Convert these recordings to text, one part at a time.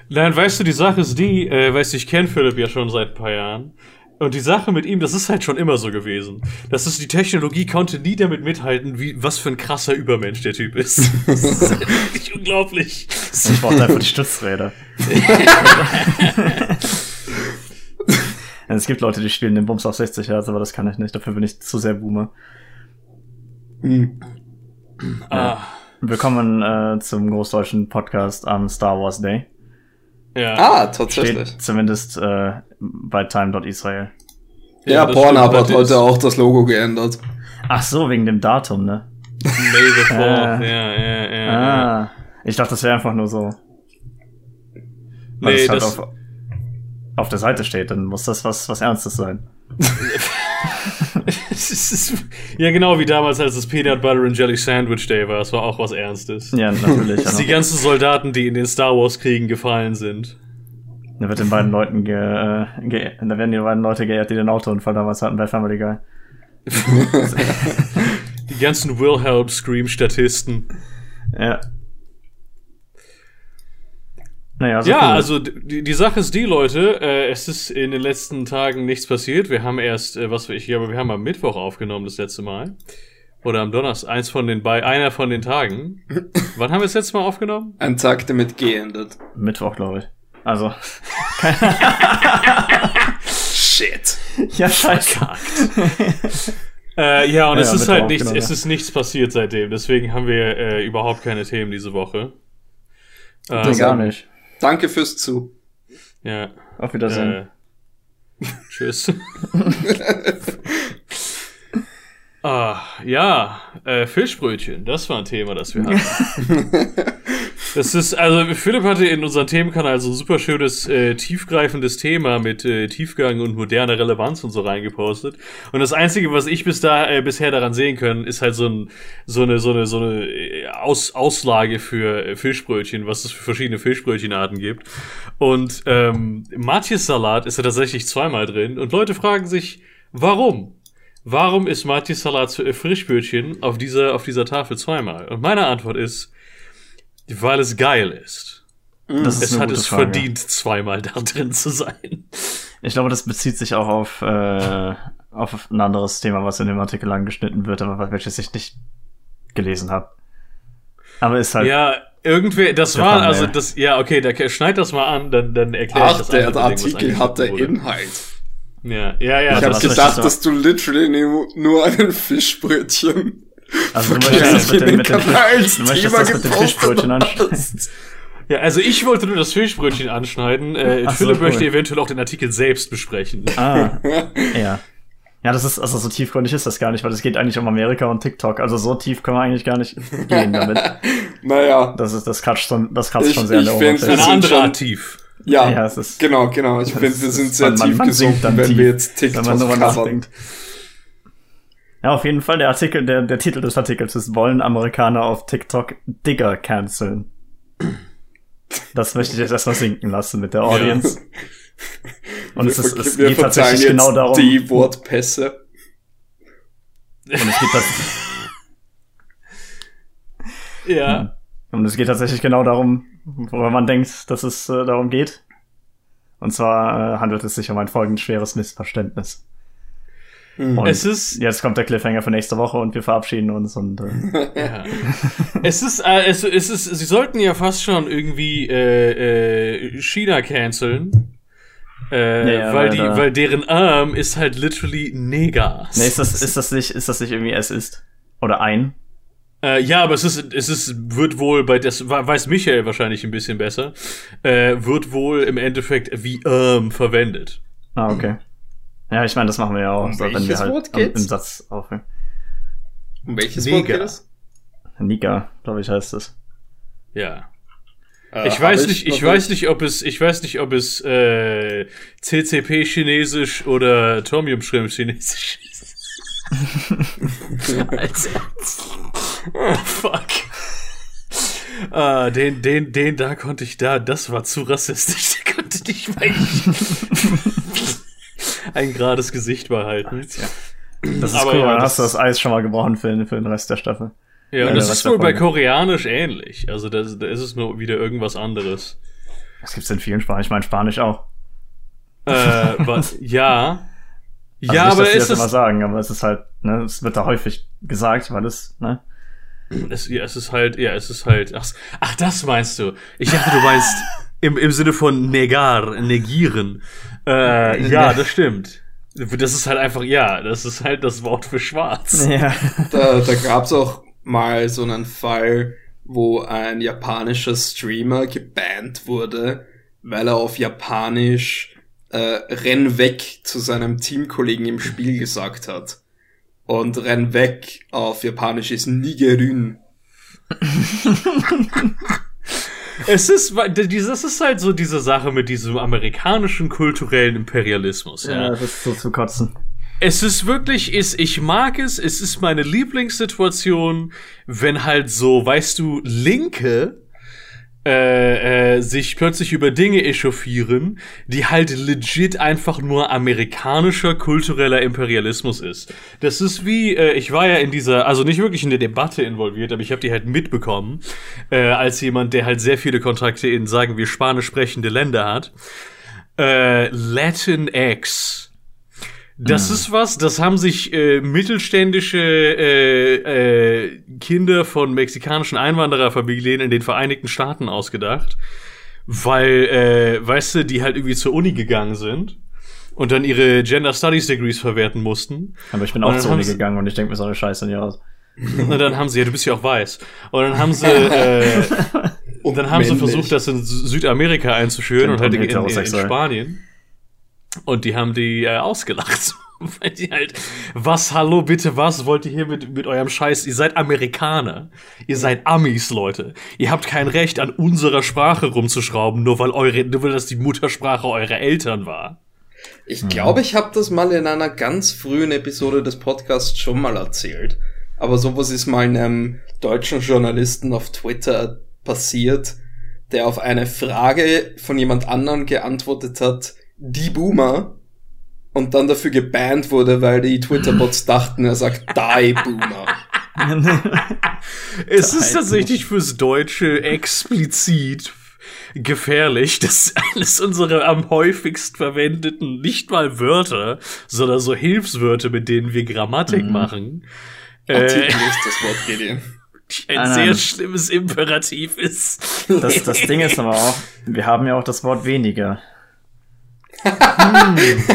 Nein, weißt du, die Sache ist die, weißt du, ich kenne Philipp ja schon seit ein paar Jahren. Und die Sache mit ihm, das ist halt schon immer so gewesen. Das ist, die Technologie konnte nie damit mithalten, was für ein krasser Übermensch der Typ ist. Das ist wirklich unglaublich. Ich brauche einfach die Stützräder. Es gibt Leute, die spielen den Bums auf 60 Hertz, aber das kann ich nicht. Dafür bin ich zu sehr Boomer. Willkommen zum großdeutschen Podcast am Star Wars Day. Ja. Tatsächlich. Steht zumindest bei time.israel. Ja, Pornhub hat heute auch das Logo geändert. Ach so, wegen dem Datum, ne? May the 4th, ja. Ich dachte, das wäre einfach nur so. Weil Nee, es halt das... auf der Seite steht, dann muss das was Ernstes sein. Ja, genau wie damals, als das Peanut Butter and Jelly Sandwich Day war. Das war auch was Ernstes. Ja, natürlich. Das sind die ganzen Soldaten, die in den Star Wars Kriegen gefallen sind. Da wird den beiden Leuten da werden die beiden Leute geehrt, die den Autounfall damals hatten bei Family Guy. Die ganzen Wilhelm-Scream-Statisten. Ja. Naja, ja, cool. also die Sache ist die, Leute, es ist in den letzten Tagen nichts passiert. Wir haben erst, wir haben am Mittwoch aufgenommen das letzte Mal. Oder am Donnerstag, einer von den Tagen. Wann haben wir das letzte Mal aufgenommen? Ein Tag damit geendet. Mittwoch, glaube ich. Also. Shit. Ja, scheiße. Ja, und es ist halt Mittwoch, es ist nichts passiert seitdem. Deswegen haben wir überhaupt keine Themen diese Woche. Gar nicht. Danke fürs Zu. Ja. Auf Wiedersehen. Tschüss. Fischbrötchen, das war ein Thema, das wir hatten. Das ist, also Philipp hatte in unserem Themenkanal so ein super schönes, tiefgreifendes Thema mit Tiefgang und moderner Relevanz und so reingepostet. Und das Einzige, was ich bisher daran sehen können, ist halt so eine Auslage für Fischbrötchen, was es für verschiedene Fischbrötchenarten gibt. Und Matjes Salat ist ja tatsächlich zweimal drin. Und Leute fragen sich, warum? Warum ist Matjes Salat Fischbrötchen auf dieser Tafel zweimal? Und meine Antwort ist, weil es geil ist. Es hat es verdient, zweimal da drin zu sein. Ich glaube, das bezieht sich auch auf ein anderes Thema, was in dem Artikel angeschnitten wird, aber welches ich nicht gelesen habe. Aber ist halt... Ja, irgendwie, da schneid das mal an, dann erkläre ich das. Der Artikel hatte Inhalt. Ja. Ich hab gedacht, dass du literally nur einen Fischbrötchen... Also du möchtest das mit dem Fischbrötchen anschneiden. Ja, also ich wollte nur das Fischbrötchen anschneiden. Philipp möchte eventuell auch den Artikel selbst besprechen. Ja. Ja, das ist, also so tiefgründig ist das gar nicht, weil es geht eigentlich um Amerika und TikTok. Also so tief können wir eigentlich gar nicht gehen damit. Naja. Das kratzt schon sehr in der Oberfläche. Eine andere Art tief. Ja, es ist, genau. Ich finde, wir sind sehr tief gesunken, wenn wir jetzt TikTok covern. Ja, auf jeden Fall, der Titel des Artikels ist: Wollen Amerikaner auf TikTok Digger canceln? Das möchte ich jetzt erstmal sinken lassen mit der Audience. Ja. Und es geht tatsächlich genau darum. Die Wortpässe. Und es geht ja. Und es geht tatsächlich genau darum, worüber man denkt, dass es darum geht. Und zwar handelt es sich um ein folgendes schweres Missverständnis. Und jetzt kommt der Cliffhanger für nächste Woche und wir verabschieden uns und ja. Es ist, sie sollten ja fast schon irgendwie China canceln. Weil deren Arm ist halt literally Neger. Nee, ist das nicht irgendwie es ist? Oder ein? Ja, aber wird wohl das weiß Michael wahrscheinlich ein bisschen besser, wird wohl im Endeffekt wie verwendet. Ah, okay. Ja, ich meine, das machen wir ja auch, wenn wir halt im Satz aufhören. Um welches Wort geht es? Niga, glaube ich, heißt es. Ja. Ich weiß nicht, ob es CCP Chinesisch oder Tom Yum Shrimp Chinesisch ist. Fuck. Den da konnte ich das war zu rassistisch, der konnte nicht weichen. Ein gerades Gesicht behalten. Ja. Das ist cool, dann hast du das Eis schon mal gebrochen für den Rest der Staffel. Ja, und das ist wohl bei Koreanisch ähnlich. Also da ist es nur wieder irgendwas anderes. Das gibt's in vielen Sprachen. Ich meine Spanisch auch. Ja. Also ja, nicht, aber es ist immer sagen, aber es ist halt, ne, es wird da häufig gesagt, weil es, ne? Es ist halt. Ach, das meinst du. Ich dachte, du meinst im Sinne von negieren. Ja, das stimmt. Das ist halt einfach, das ist halt das Wort für schwarz. Ja. Da gab's auch mal so einen Fall, wo ein japanischer Streamer gebannt wurde, weil er auf Japanisch renn weg zu seinem Teamkollegen im Spiel gesagt hat. Und renn weg auf Japanisch ist Nigerün. Das ist halt so diese Sache mit diesem amerikanischen kulturellen Imperialismus. Ja, das ist so zu kotzen. Es ist wirklich, ich mag es ist meine Lieblingssituation, wenn halt so, weißt du, Linke sich plötzlich über Dinge echauffieren, die halt legit einfach nur amerikanischer kultureller Imperialismus ist. Das ist wie, ich war ja in dieser, also nicht wirklich in der Debatte involviert, aber ich habe die halt mitbekommen, als jemand, der halt sehr viele Kontakte in, sagen wir, spanisch sprechende Länder hat. Latinx. Das ist was, das haben sich mittelständische Kinder von mexikanischen Einwandererfamilien in den Vereinigten Staaten ausgedacht, weil, weißt du, die halt irgendwie zur Uni gegangen sind und dann ihre Gender Studies Degrees verwerten mussten. Aber ich bin auch zur Uni gegangen und ich denke mir so eine Scheiße nicht aus. Und dann haben sie, ja, du bist ja auch weiß. Und dann haben sie sie versucht, das in Südamerika einzuführen und halt in Spanien. Und die haben die ausgelacht. Weil die halt, was wollt ihr hier mit eurem Scheiß? Ihr seid Amerikaner. Ihr seid Amis, Leute. Ihr habt kein Recht, an unserer Sprache rumzuschrauben, nur weil das die Muttersprache eurer Eltern war. Ich glaube, ich habe das mal in einer ganz frühen Episode des Podcasts schon mal erzählt. Aber sowas ist mal einem deutschen Journalisten auf Twitter passiert, der auf eine Frage von jemand anderem geantwortet hat, die Boomer, und dann dafür gebannt wurde, weil die Twitter-Bots dachten, er sagt die Boomer. Es ist tatsächlich fürs Deutsche explizit gefährlich, dass eines unserer am häufigst verwendeten nicht mal Wörter, sondern so Hilfswörter, mit denen wir Grammatik machen, Artikel ist das Wort, Gideon. Ein sehr schlimmes Imperativ ist. Das Ding ist aber auch, wir haben ja auch das Wort weniger. Da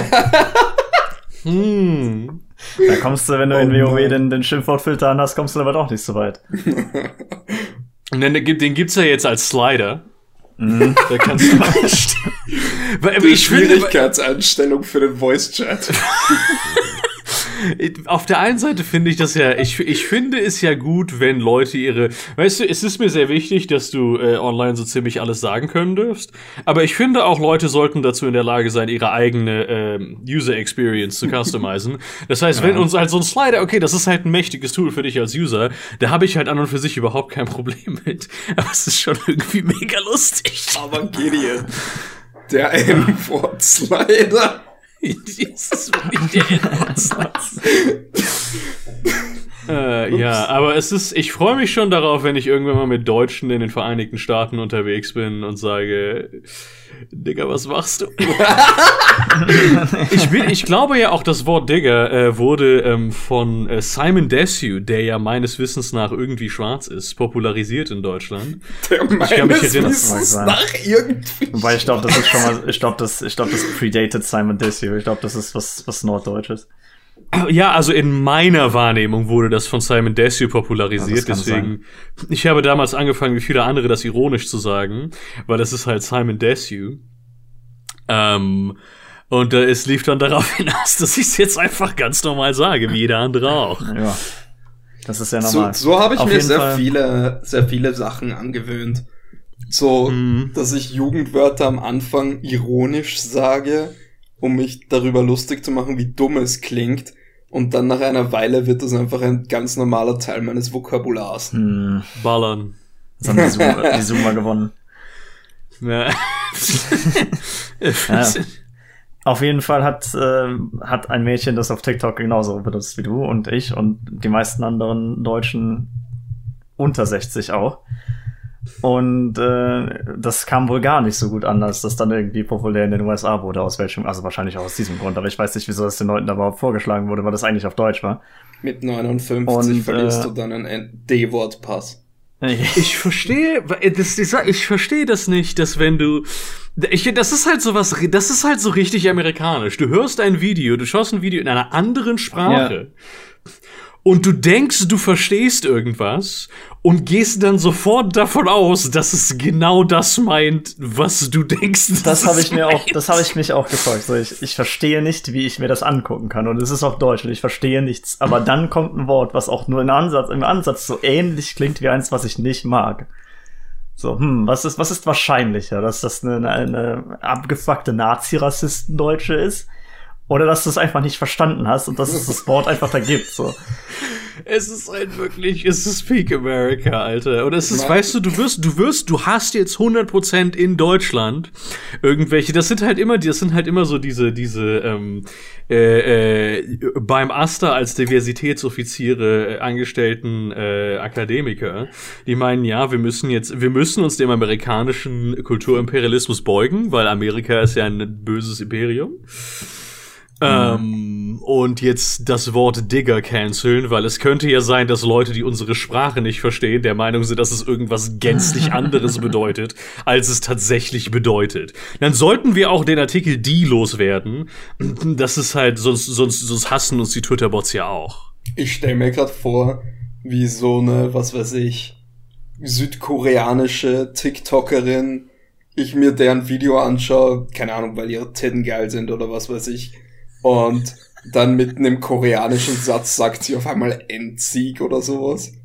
kommst du, wenn du in WoW den Schimpfwortfilter an hast, kommst du aber doch nicht so weit. Und den gibt's ja jetzt als Slider. Da kannst du die Schwierigkeitseinstellung für den Voice-Chat. Auf der einen Seite finde ich das ja, ich finde es ja gut, wenn Leute weißt du, es ist mir sehr wichtig, dass du online so ziemlich alles sagen können dürfst, aber ich finde auch, Leute sollten dazu in der Lage sein, ihre eigene User Experience zu customizen. Das heißt, wenn uns halt so ein Slider, okay, das ist halt ein mächtiges Tool für dich als User, da habe ich halt an und für sich überhaupt kein Problem mit, aber es ist schon irgendwie mega lustig. Aber Gideon, der N-Wort-Slider. Das ist wirklich der ja, aber ich freue mich schon darauf, wenn ich irgendwann mal mit Deutschen in den Vereinigten Staaten unterwegs bin und sage, Digga, was machst du? Ich glaube ja auch, das Wort Digga wurde von Simon Desue, der ja meines Wissens nach irgendwie schwarz ist, popularisiert in Deutschland. Der meines Wissens nach irgendwie. Wobei ich glaube, das ist schon mal, ich glaube, das predated Simon Desue. Ich glaube, das ist was Norddeutsches. Ja, also in meiner Wahrnehmung wurde das von Simon Desue popularisiert, ja, deswegen, ich habe damals angefangen, wie viele andere das ironisch zu sagen, weil das ist halt Simon Desue. Und es lief dann darauf hinaus, dass ich es jetzt einfach ganz normal sage, wie jeder andere auch. Ja, das ist ja normal. So habe ich mir sehr viele Sachen angewöhnt. So, dass ich Jugendwörter am Anfang ironisch sage, um mich darüber lustig zu machen, wie dumm es klingt. Und dann nach einer Weile wird das einfach ein ganz normaler Teil meines Vokabulars. Ballern. Das haben die Zoomer gewonnen. Ja. Ja. Auf jeden Fall hat ein Mädchen das auf TikTok genauso benutzt wie du und ich und die meisten anderen Deutschen unter 60 auch. Und das kam wohl gar nicht so gut an, dass das dann irgendwie populär in den USA wurde, aus welchem, also wahrscheinlich auch aus diesem Grund, aber ich weiß nicht, wieso das den Leuten da überhaupt vorgeschlagen wurde, weil das eigentlich auf Deutsch war. Mit 59 verlierst du dann einen D-Wort-Pass. Ich verstehe das nicht, dass wenn du, das ist halt so richtig amerikanisch. Du hörst ein Video, du schaust ein Video in einer anderen Sprache. Ja. Und du denkst, du verstehst irgendwas und gehst dann sofort davon aus, dass es genau das meint, was du denkst. Das habe ich mich auch gefragt. So, ich verstehe nicht, wie ich mir das angucken kann. Und es ist auf Deutsch und ich verstehe nichts. Aber dann kommt ein Wort, was auch nur im Ansatz so ähnlich klingt wie eins, was ich nicht mag. So, was ist wahrscheinlicher? Dass das eine abgefuckte Nazi-Rassisten-Deutsche ist? Oder dass du es einfach nicht verstanden hast und dass es das Wort einfach da gibt, so. Es ist Peak America, Alter. Und es ist, weißt du, du hast jetzt 100% in Deutschland irgendwelche, das sind halt immer so diese beim AStA als Diversitätsoffiziere angestellten Akademiker, die meinen, ja, wir müssen uns dem amerikanischen Kulturimperialismus beugen, weil Amerika ist ja ein böses Imperium. Und jetzt das Wort Digger canceln, weil es könnte ja sein, dass Leute, die unsere Sprache nicht verstehen, der Meinung sind, dass es irgendwas gänzlich anderes bedeutet, als es tatsächlich bedeutet. Dann sollten wir auch den Artikel die loswerden. Das ist halt, sonst hassen uns die Twitter-Bots ja auch. Ich stelle mir gerade vor, wie so eine, was weiß ich, südkoreanische TikTokerin, ich mir deren Video anschaue, keine Ahnung, weil ihre Titten geil sind oder was weiß ich, und dann mit einem koreanischen Satz sagt sie auf einmal Endsieg oder sowas.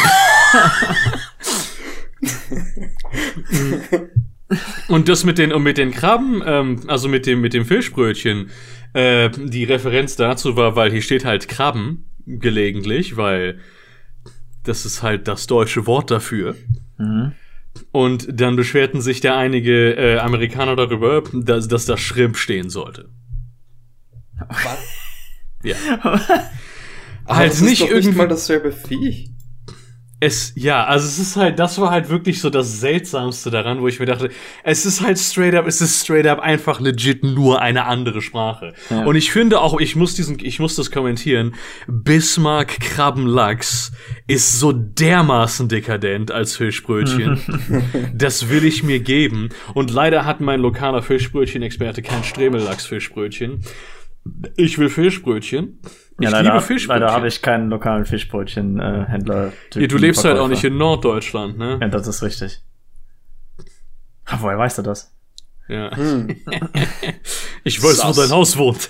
Und das mit den Krabben, also mit dem Fischbrötchen, die Referenz dazu war, weil hier steht halt Krabben gelegentlich, weil das ist halt das deutsche Wort dafür. Mhm. Und dann beschwerten sich da einige Amerikaner darüber, dass da Shrimp stehen sollte. Was? Ja. Aber halt das nicht ist doch nicht mal dasselbe Viech. Es ist halt, das war halt wirklich so das Seltsamste daran, wo ich mir dachte, es ist straight up einfach legit nur eine andere Sprache. Ja. Und ich finde auch, ich muss das kommentieren, Bismarck Krabbenlachs ist so dermaßen dekadent als Fischbrötchen. Das will ich mir geben. Und leider hat mein lokaler Fischbrötchen-Experte kein Stremellachs-Fischbrötchen. Ich will Fischbrötchen. Liebe Fischbrötchen. Leider habe ich keinen lokalen Fischbrötchen-Händler. Ja, du lebst halt auch nicht in Norddeutschland, ne? Ja, das ist richtig. Woher weißt du das? Ja. Ich weiß, wo dein Haus wohnt.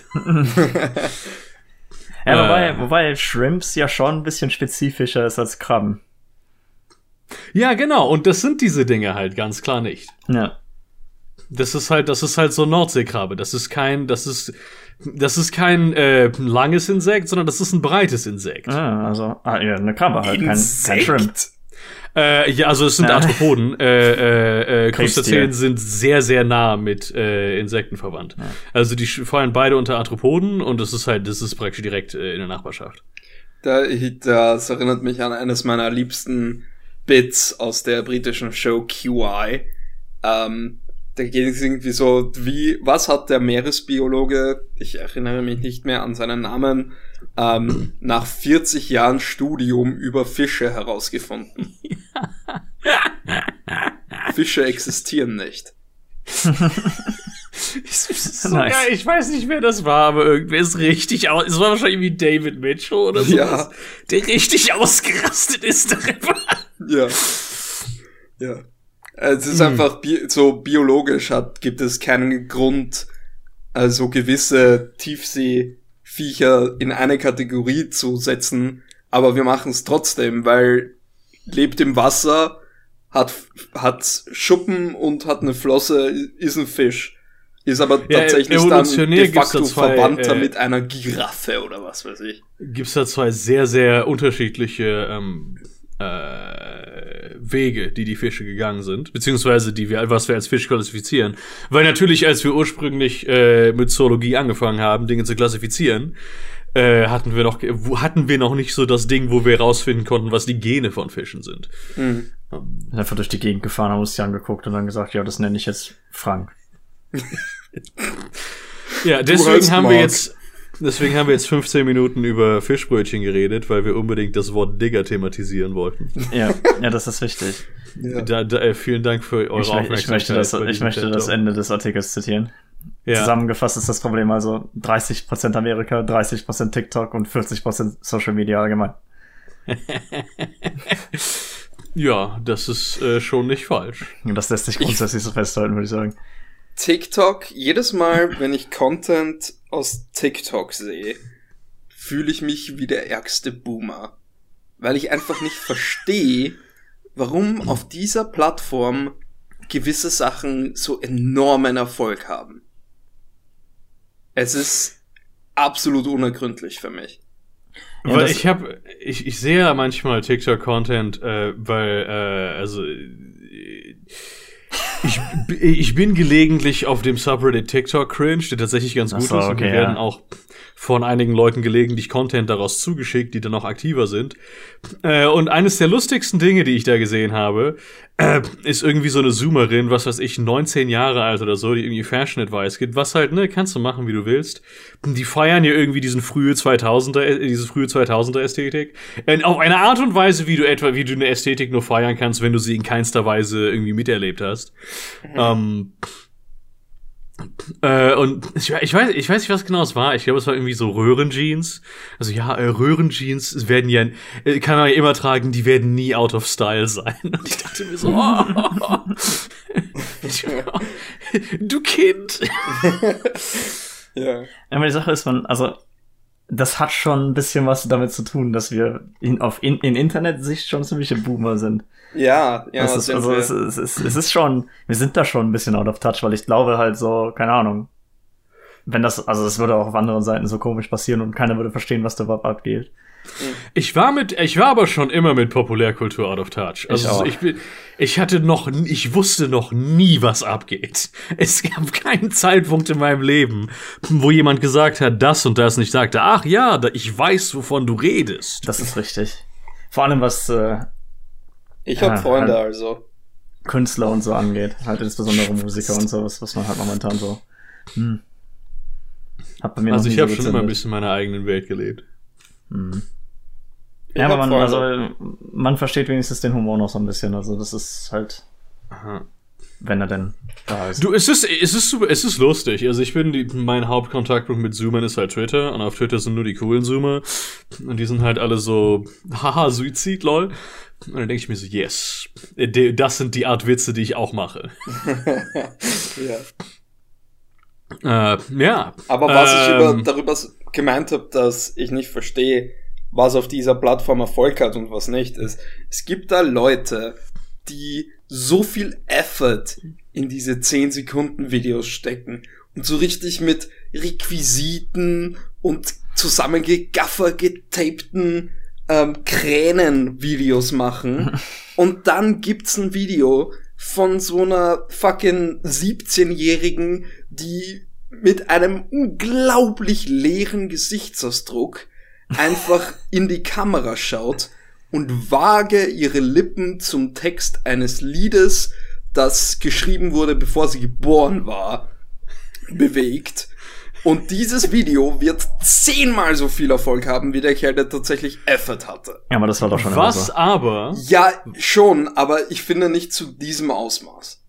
Ja, wobei Shrimps ja schon ein bisschen spezifischer ist als Krabben. Ja, genau. Und das sind diese Dinge halt ganz klar nicht. Ja. Das ist halt so Nordseekrabbe. Das ist kein langes Insekt, sondern das ist ein breites Insekt. Ja, eine Krabbe halt, kein Shrimp. Ja, also es sind Arthropoden. Krustazeen sind sehr, sehr nah mit Insekten verwandt. Ja. Also die fallen beide unter Arthropoden und das ist praktisch direkt in der Nachbarschaft. Das erinnert mich an eines meiner liebsten Bits aus der britischen Show QI. Da geht es irgendwie so, was hat der Meeresbiologe, ich erinnere mich nicht mehr an seinen Namen, nach 40 Jahren Studium über Fische herausgefunden. Fische existieren nicht. So nice. Geil, ich weiß nicht, wer das war, aber irgendwer ist richtig es war wahrscheinlich wie David Mitchell oder so, ja, der richtig ausgerastet ist darüber. Ja. Ja. Es ist einfach so biologisch gibt es keinen Grund, also gewisse Tiefseeviecher in eine Kategorie zu setzen, aber wir machen es trotzdem, weil lebt im Wasser, hat Schuppen und hat eine Flosse, ist ein Fisch. Ist aber tatsächlich dann de facto verwandter mit einer Giraffe oder was weiß ich. Gibt's da zwei sehr, sehr unterschiedliche Wege, die Fische gegangen sind, beziehungsweise was wir als Fisch klassifizieren. Weil natürlich, als wir ursprünglich mit Zoologie angefangen haben, Dinge zu klassifizieren, hatten wir noch nicht so das Ding, wo wir rausfinden konnten, was die Gene von Fischen sind. Mhm. Bin einfach durch die Gegend gefahren, haben uns die angeguckt und dann gesagt, ja, das nenne ich jetzt Frank. Ja, deswegen haben wir jetzt 15 Minuten über Fischbrötchen geredet, weil wir unbedingt das Wort Digger thematisieren wollten. Ja, das ist wichtig. Ja. Vielen Dank für eure Aufmerksamkeit. Ich möchte das Ende des Artikels zitieren. Ja. Zusammengefasst ist das Problem also 30% Amerika, 30% TikTok und 40% Social Media allgemein. Ja, das ist schon nicht falsch. Und das lässt sich grundsätzlich so festhalten, würde ich sagen. TikTok, jedes Mal, wenn ich Content aus TikTok sehe, fühle ich mich wie der ärgste Boomer. Weil ich einfach nicht verstehe, warum auf dieser Plattform gewisse Sachen so enormen Erfolg haben. Es ist absolut unergründlich für mich. Ja, weil ich sehe ja manchmal TikTok-Content, ich bin gelegentlich auf dem Subreddit TikTok Cringe, der tatsächlich ganz gut ist. Und wir werden auch von einigen Leuten gelegentlich Content daraus zugeschickt, die dann noch aktiver sind. Und eines der lustigsten Dinge, die ich da gesehen habe, ist irgendwie so eine Zoomerin, was weiß ich, 19 Jahre alt oder so, die irgendwie Fashion Advice gibt, was halt, kannst du machen, wie du willst. Die feiern ja irgendwie diese frühe 2000er Ästhetik. Auf eine Art und Weise, wie du eine Ästhetik nur feiern kannst, wenn du sie in keinster Weise irgendwie miterlebt hast. Und ich weiß nicht, was genau es war. Ich glaube, es war irgendwie so Röhrenjeans. Also ja, Röhrenjeans werden ja, kann man ja immer tragen, die werden nie out of style sein. Und ich dachte mir so, du Kind. Ja. Aber die Sache ist, das hat schon ein bisschen was damit zu tun, dass wir in Internet-Sicht schon ziemliche Boomer sind. Ja, es ist schon, wir sind da schon ein bisschen out of touch, weil ich glaube halt so, keine Ahnung, das würde auch auf anderen Seiten so komisch passieren und keiner würde verstehen, was da überhaupt abgeht. Ich war aber schon immer mit Populärkultur out of touch. Also ich wusste noch nie, was abgeht. Es gab keinen Zeitpunkt in meinem Leben, wo jemand gesagt hat, das und das, und ich sagte, ach ja, ich weiß, wovon du redest. Das ist richtig. Vor allem was ich habe Freunde, halt also Künstler und so angeht, halt insbesondere Musiker und so, was man halt momentan so hat bei mir also noch nie ich habe so schon gezündet. immer ein bisschen meiner eigenen Welt gelebt. Ja, aber man versteht wenigstens den Humor noch so ein bisschen, also das ist halt, wenn er denn da ist. Du, es ist lustig. Also mein Hauptkontaktpunkt mit Zoomern ist halt Twitter, und auf Twitter sind nur die coolen Zoomer und die sind halt alle so, haha, Suizid, lol. Und dann denke ich mir so, yes, das sind die Art Witze, die ich auch mache. Ja. Aber was ich darüber gemeint habe, dass ich nicht verstehe, was auf dieser Plattform Erfolg hat und was nicht, ist, es gibt da Leute, die so viel Effort in diese 10-Sekunden-Videos stecken und so richtig mit Requisiten und getapten Kränen-Videos machen. Und dann gibt's ein Video von so einer fucking 17-Jährigen, die mit einem unglaublich leeren Gesichtsausdruck einfach in die Kamera schaut und vage ihre Lippen zum Text eines Liedes, das geschrieben wurde, bevor sie geboren war, bewegt. Und dieses Video wird 10-mal so viel Erfolg haben, wie der Kerl, der tatsächlich Effort hatte. Ja, aber das war doch schon was so. Aber? Ja, schon, aber ich finde nicht zu diesem Ausmaß.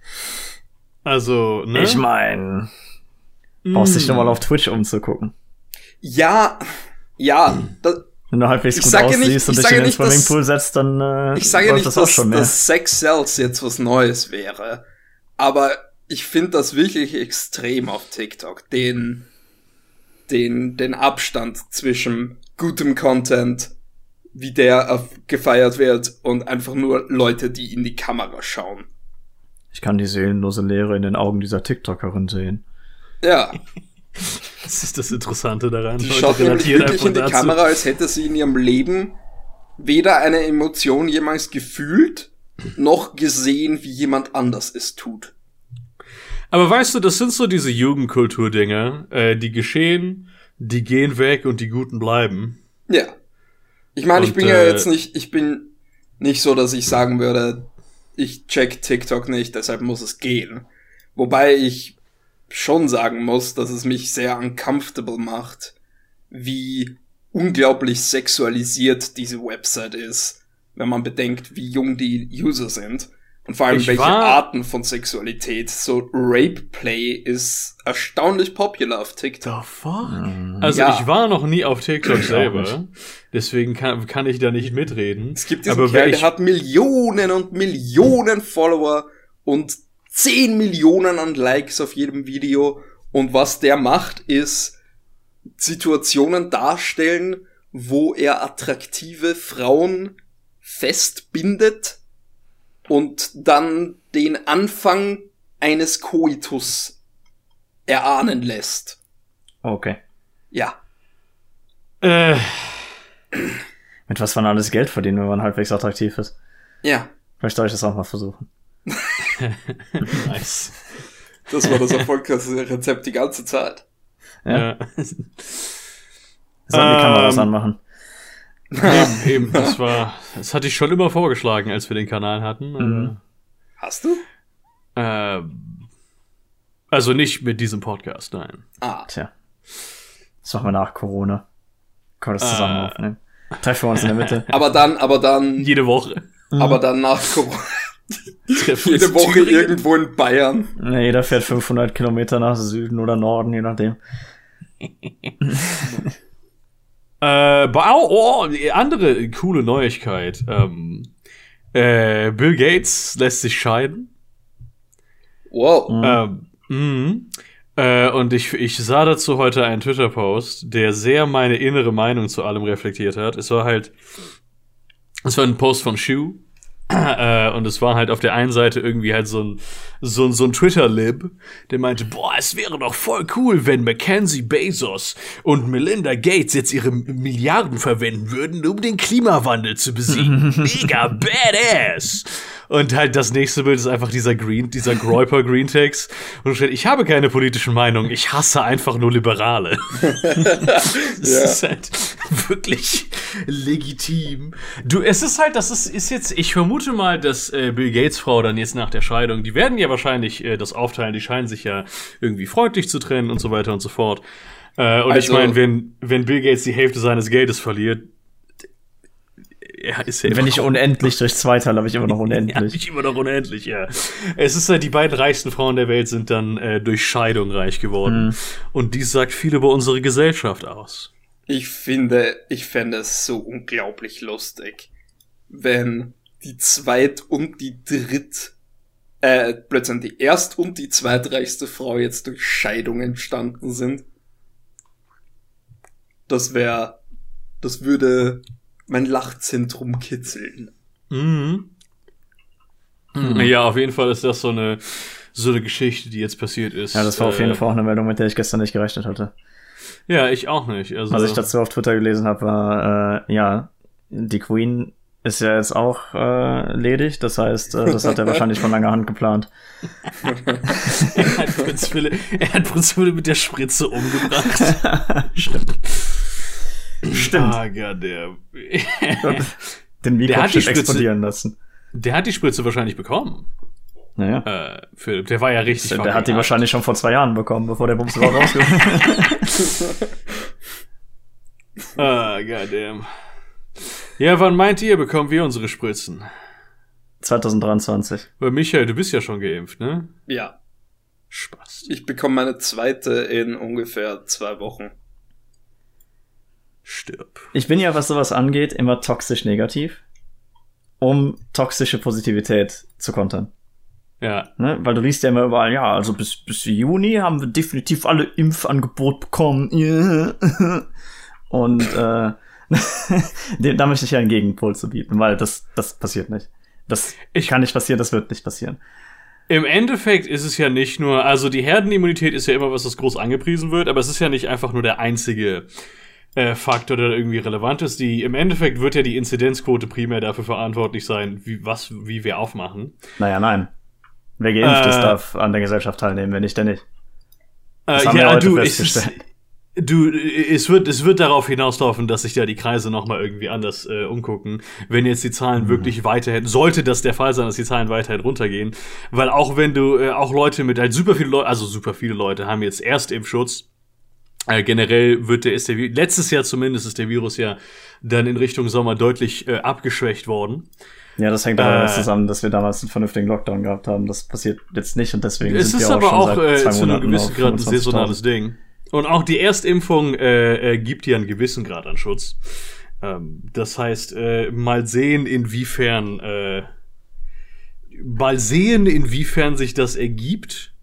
Also, ne? Ich mein, brauchst dich doch mal auf Twitch umzugucken. Ja, wenn du halbwegs gut aussiehst und dich in den Swimmingpool setzt, dann ich sage nicht, das auch schon mehr. dass Sex Sells jetzt was Neues wäre, aber ich finde das wirklich extrem auf TikTok, den Abstand zwischen gutem Content, wie der gefeiert wird, und einfach nur Leute, die in die Kamera schauen. Ich kann die seelenlose Leere in den Augen dieser TikTokerin sehen. Ja. Das ist das Interessante daran. Die schaut nämlich wirklich in die Kamera, als hätte sie in ihrem Leben weder eine Emotion jemals gefühlt, noch gesehen, wie jemand anders es tut. Aber weißt du, das sind so diese Jugendkultur-Dinger, die geschehen, die gehen weg und die Guten bleiben. Ja. Ich meine, ich bin ja jetzt nicht, ich bin Nicht so, dass ich sagen würde, ich check TikTok nicht, deshalb muss es gehen. Wobei ich schon sagen muss, dass es mich sehr uncomfortable macht, wie unglaublich sexualisiert diese Website ist, wenn man bedenkt, wie jung die User sind. Und vor allem, welche Arten von Sexualität. So Rape-Play ist erstaunlich popular auf TikTok. The fuck? Also ich war noch nie auf TikTok selber, deswegen kann ich da nicht mitreden. Es gibt diesen Kerl, der hat Millionen und Millionen Follower und 10 Millionen an Likes auf jedem Video. Und was der macht, ist Situationen darstellen, wo er attraktive Frauen festbindet und dann den Anfang eines Koitus erahnen lässt. Okay. Ja. Mit was man alles Geld verdienen, wenn man halbwegs attraktiv ist. Ja. Vielleicht soll ich das auch mal versuchen. Nice. Das war das erfolgreichste Rezept die ganze Zeit. Ja. Sollen die Kameras anmachen? Eben, das hatte ich schon immer vorgeschlagen, als wir den Kanal hatten. Hast du? Also nicht mit diesem Podcast, nein. Tja. Das machen wir nach Corona. Können wir das zusammen aufnehmen? Treffen wir uns in der Mitte. Aber dann. Jede Woche. Aber dann nach Corona. Jede Woche irgendwo in Bayern. Ja, jeder fährt 500 Kilometer nach Süden oder Norden, je nachdem. Andere coole Neuigkeit. Bill Gates lässt sich scheiden. Wow. Und ich sah dazu heute einen Twitter-Post, der sehr meine innere Meinung zu allem reflektiert hat. Es war ein Post von Shu. Und es war halt auf der einen Seite irgendwie halt so ein Twitter-Lib, der meinte, boah, es wäre doch voll cool, wenn Mackenzie Bezos und Melinda Gates jetzt ihre Milliarden verwenden würden, um den Klimawandel zu besiegen. Mega badass! Und halt das nächste Bild ist einfach dieser Groyper Green Text. Und steht, ich habe keine politischen Meinungen, ich hasse einfach nur Liberale. Das ist halt wirklich legitim. Es ist halt, ist jetzt, ich vermute mal, dass Bill Gates Frau dann jetzt nach der Scheidung, die werden ja wahrscheinlich das aufteilen, die scheinen sich ja irgendwie freundlich zu trennen und so weiter und so fort. Und also, ich meine, wenn Bill Gates die Hälfte seines Geldes verliert, ist ja wenn ich unendlich durch 2 teile, habe ich immer noch unendlich. Ja. Es ist halt, die beiden reichsten Frauen der Welt sind dann durch Scheidung reich geworden. Und dies sagt viel über unsere Gesellschaft aus. Ich fände es so unglaublich lustig, wenn die plötzlich die erst- und die zweitreichste Frau jetzt durch Scheidung entstanden sind. Das würde mein Lachzentrum kitzeln. Ja, auf jeden Fall ist das so eine Geschichte, die jetzt passiert ist. Ja, das war auf jeden Fall auch eine Meldung, mit der ich gestern nicht gerechnet hatte. Ja, ich auch nicht. Also, was ich dazu auf Twitter gelesen habe, war, die Queen ist ja jetzt auch ledig, das heißt, das hat er wahrscheinlich von langer Hand geplant. Er hat Prinz Philipp mit der Spritze umgebracht. Stimmt. Ah, goddamn. Den Mikrochip explodieren lassen. Der hat die Spritze wahrscheinlich bekommen. Naja. Philipp, der war ja richtig. Der hat die wahrscheinlich schon vor 2 Jahren bekommen, bevor der Bums rausgekommen ist. Ah, goddamn. Ja, wann meint ihr, bekommen wir unsere Spritzen? 2023. Weil Michael, du bist ja schon geimpft, ne? Ja. Spaß. Ich bekomme meine zweite in ungefähr 2 Wochen. Stirb. Ich bin ja, was sowas angeht, immer toxisch negativ, um toxische Positivität zu kontern. Ja. Ne? Weil du liest ja immer überall, ja, also bis Juni haben wir definitiv alle Impfangebot bekommen. Yeah. Und da möchte ich ja einen Gegenpol zu bieten, weil das passiert nicht. Das kann nicht passieren, das wird nicht passieren. Im Endeffekt ist es ja nicht nur, also die Herdenimmunität ist ja immer was, das groß angepriesen wird, aber es ist ja nicht einfach nur der einzige Faktor, der irgendwie relevant ist. Im Endeffekt wird ja die Inzidenzquote primär dafür verantwortlich sein, wie wir aufmachen. Naja, nein. Wer geimpft ist, darf an der Gesellschaft teilnehmen, wenn nicht, der nicht. Das haben wir heute festgestellt. es wird darauf hinauslaufen, dass sich da die Kreise nochmal irgendwie anders umgucken, wenn jetzt die Zahlen wirklich weiterhin, sollte das der Fall sein, dass die Zahlen weiterhin runtergehen, weil auch wenn du, auch Leute mit halt super viele Leute haben jetzt Erstimpfschutz, generell letztes Jahr zumindest ist der Virus ja dann in Richtung Sommer deutlich abgeschwächt worden. Ja, das hängt aber zusammen, dass wir damals einen vernünftigen Lockdown gehabt haben. Das passiert jetzt nicht und deswegen sind wir auch schon seit 2 Monaten zu einem gewissen Grad ein saisonales Ding. Und auch die Erstimpfung gibt ja einen gewissen Grad an Schutz. Das heißt, mal sehen, inwiefern sich das ergibt.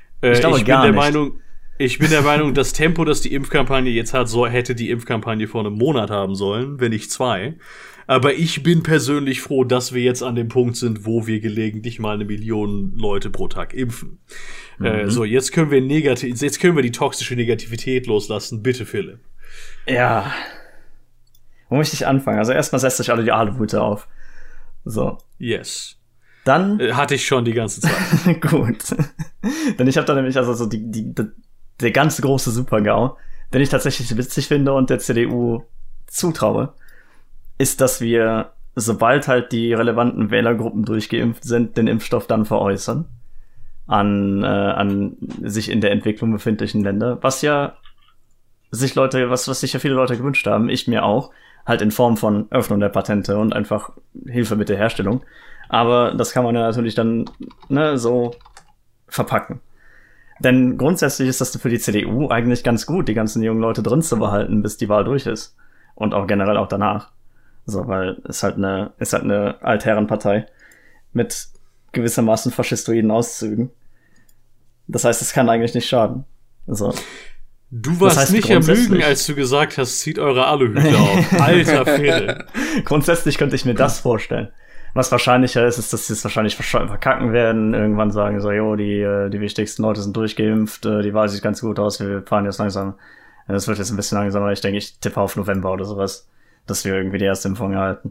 Ich bin der Meinung, das Tempo, das die Impfkampagne jetzt hat, hätte die Impfkampagne vor einem Monat haben sollen, wenn nicht 2. Aber ich bin persönlich froh, dass wir jetzt an dem Punkt sind, wo wir gelegentlich mal 1 Million Leute pro Tag impfen. So, jetzt können wir die toxische Negativität loslassen. Bitte, Philipp. Ja. Wo möchte ich anfangen? Also erstmal setzt euch alle die Aluhüte auf. So. Yes. Dann hatte ich schon die ganze Zeit. Gut. Denn ich habe da nämlich also so der ganz große Super-GAU, den ich tatsächlich witzig finde und der CDU zutraue, ist, dass wir, sobald halt die relevanten Wählergruppen durchgeimpft sind, den Impfstoff dann veräußern an sich in der Entwicklung befindlichen Länder, was sich ja viele Leute gewünscht haben, ich mir auch, halt in Form von Öffnung der Patente und einfach Hilfe mit der Herstellung. Aber das kann man ja natürlich dann so verpacken. Denn grundsätzlich ist das für die CDU eigentlich ganz gut, die ganzen jungen Leute drin zu behalten, bis die Wahl durch ist. Und auch generell auch danach. So, weil es halt eine Altherrenpartei mit gewissermaßen faschistoiden Auszügen. Das heißt, es kann eigentlich nicht schaden. So. Du warst nicht am Lügen, als du gesagt hast, zieht eure Aluhüte auf. Alter Fehde. Grundsätzlich könnte ich mir das vorstellen. Was wahrscheinlicher ist, dass sie es wahrscheinlich verkacken werden. Irgendwann sagen so, die wichtigsten Leute sind durchgeimpft, die Wahl sieht ganz gut aus, wir fahren jetzt langsam. Das wird jetzt ein bisschen langsamer. Ich denke, ich tippe auf November oder sowas, dass wir irgendwie die erste Impfung erhalten.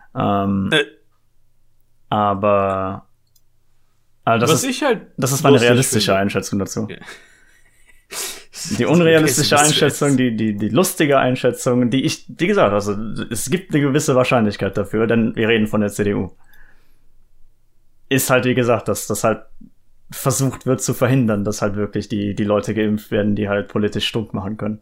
Aber das ist meine realistische Einschätzung dazu. Ja. Die unrealistische Einschätzung, die lustige Einschätzung, wie gesagt, also es gibt eine gewisse Wahrscheinlichkeit dafür, denn wir reden von der CDU. Ist halt, wie gesagt, dass das halt versucht wird zu verhindern, dass halt wirklich die Leute geimpft werden, die halt politisch stunk machen können.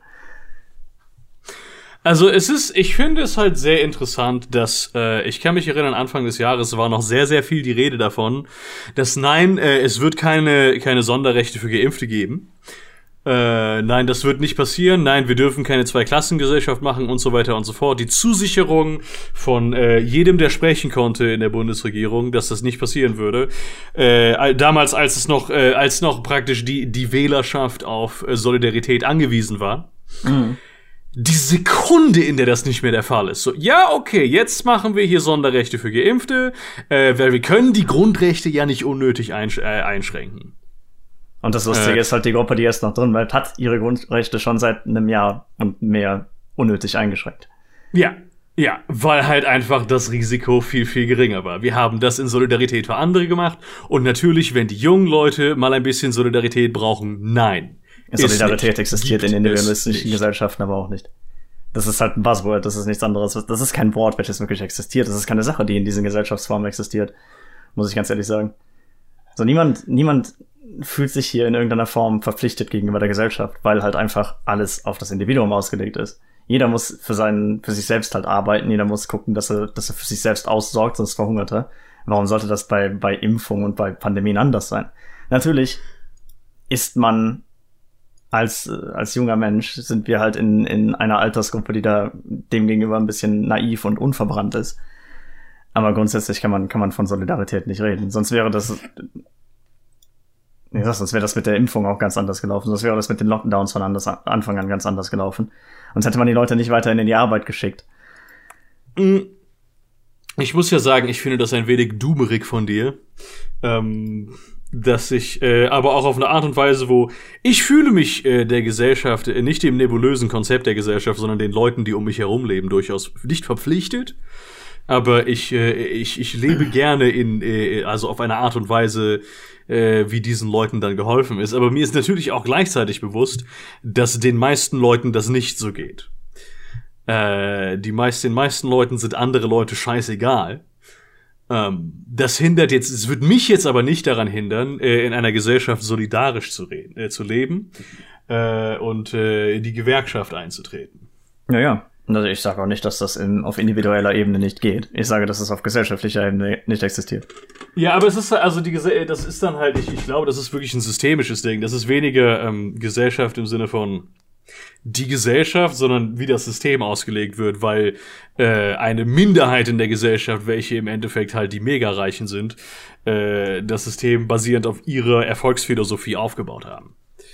Also ich finde es halt sehr interessant, dass, ich kann mich erinnern, Anfang des Jahres war noch sehr, sehr viel die Rede davon, dass es wird keine Sonderrechte für Geimpfte geben. Nein, das wird nicht passieren. Nein, wir dürfen keine Zweiklassengesellschaft machen und so weiter und so fort. Die Zusicherung von jedem, der sprechen konnte in der Bundesregierung, dass das nicht passieren würde. Damals, als noch praktisch die Wählerschaft auf Solidarität angewiesen war. Mhm. Die Sekunde, in der das nicht mehr der Fall ist. So, ja, okay, jetzt machen wir hier Sonderrechte für Geimpfte, weil wir können die Grundrechte ja nicht unnötig einschränken. Und das Lustige ist halt, die Gruppe, die jetzt noch drin bleibt, hat ihre Grundrechte schon seit einem Jahr und mehr unnötig eingeschränkt. Ja, weil halt einfach das Risiko viel, viel geringer war. Wir haben das in Solidarität für andere gemacht und natürlich, wenn die jungen Leute mal ein bisschen Solidarität brauchen, nein. Solidarität existiert in individualistischen Gesellschaften aber auch nicht. Das ist halt ein Buzzword, das ist nichts anderes. Das ist kein Wort, welches wirklich existiert. Das ist keine Sache, die in diesen Gesellschaftsformen existiert. Muss ich ganz ehrlich sagen. So, niemand fühlt sich hier in irgendeiner Form verpflichtet gegenüber der Gesellschaft, weil halt einfach alles auf das Individuum ausgelegt ist. Jeder muss für sich selbst halt arbeiten, jeder muss gucken, dass er für sich selbst aussorgt, sonst verhungert er. Warum sollte das bei Impfungen und bei Pandemien anders sein? Natürlich ist man als junger Mensch, sind wir halt in einer Altersgruppe, die da dem gegenüber ein bisschen naiv und unverbrannt ist. Aber grundsätzlich kann man von Solidarität nicht reden. Sonst wäre das mit der Impfung auch ganz anders gelaufen. Sonst wäre das mit den Lockdowns von Anfang an ganz anders gelaufen. Sonst hätte man die Leute nicht weiterhin in die Arbeit geschickt. Ich muss ja sagen, ich finde das ein wenig doomerig von dir. Dass ich, aber auch auf eine Art und Weise, wo ich fühle mich der Gesellschaft, nicht dem nebulösen Konzept der Gesellschaft, sondern den Leuten, die um mich herum leben, durchaus nicht verpflichtet. aber ich lebe gerne also auf eine Art und Weise, wie diesen Leuten dann geholfen ist. Aber mir ist natürlich auch gleichzeitig bewusst, dass den meisten Leuten das nicht so geht. Den meisten Leuten sind andere Leute scheißegal. Das hindert jetzt, es wird mich jetzt aber nicht daran hindern, in einer Gesellschaft solidarisch zu leben und die Gewerkschaft einzutreten. Ja. Also ich sage auch nicht, dass das auf individueller Ebene nicht geht. Ich sage, dass es auf gesellschaftlicher Ebene nicht existiert. Ja, aber es ist also das ist dann halt, ich glaube, das ist wirklich ein systemisches Ding. Das ist weniger Gesellschaft im Sinne von die Gesellschaft, sondern wie das System ausgelegt wird, weil eine Minderheit in der Gesellschaft, welche im Endeffekt halt die Megareichen sind, das System basierend auf ihrer Erfolgsphilosophie aufgebaut haben.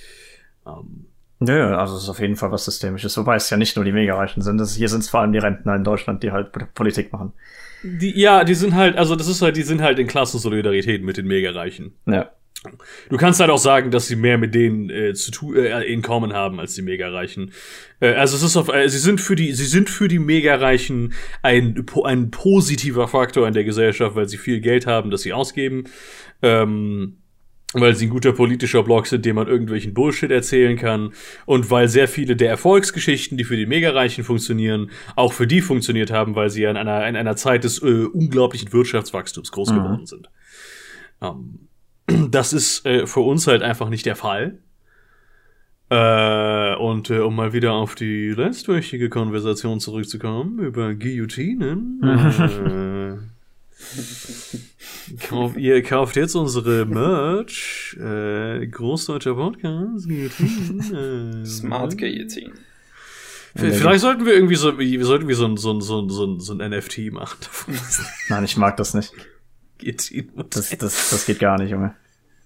Ja, also es ist auf jeden Fall was Systemisches. Wobei es ja nicht nur die Megareichen sind. Hier sind es vor allem die Rentner in Deutschland, die halt Politik machen. Die sind halt, also die sind halt in Klassensolidarität mit den Megareichen. Ja. Du kannst halt auch sagen, dass sie mehr mit denen in Common haben als die Megareichen. Also es ist sie sind für die Megareichen ein positiver Faktor in der Gesellschaft, weil sie viel Geld haben, das sie ausgeben. Weil sie ein guter politischer Block sind, dem man irgendwelchen Bullshit erzählen kann und weil sehr viele der Erfolgsgeschichten, die für die Megareichen funktionieren, auch für die funktioniert haben, weil sie ja in einer Zeit des unglaublichen Wirtschaftswachstums groß geworden sind. Das ist für uns halt einfach nicht der Fall. Und um mal wieder auf die letztwöchige Konversation zurückzukommen über Guillotinen, ihr kauft jetzt unsere Merch, Großdeutscher Podcast, Guillotine, Smart Guillotine. Vielleicht sollten wir irgendwie so ein NFT machen. Nein, ich mag das nicht. Das geht gar nicht, Junge.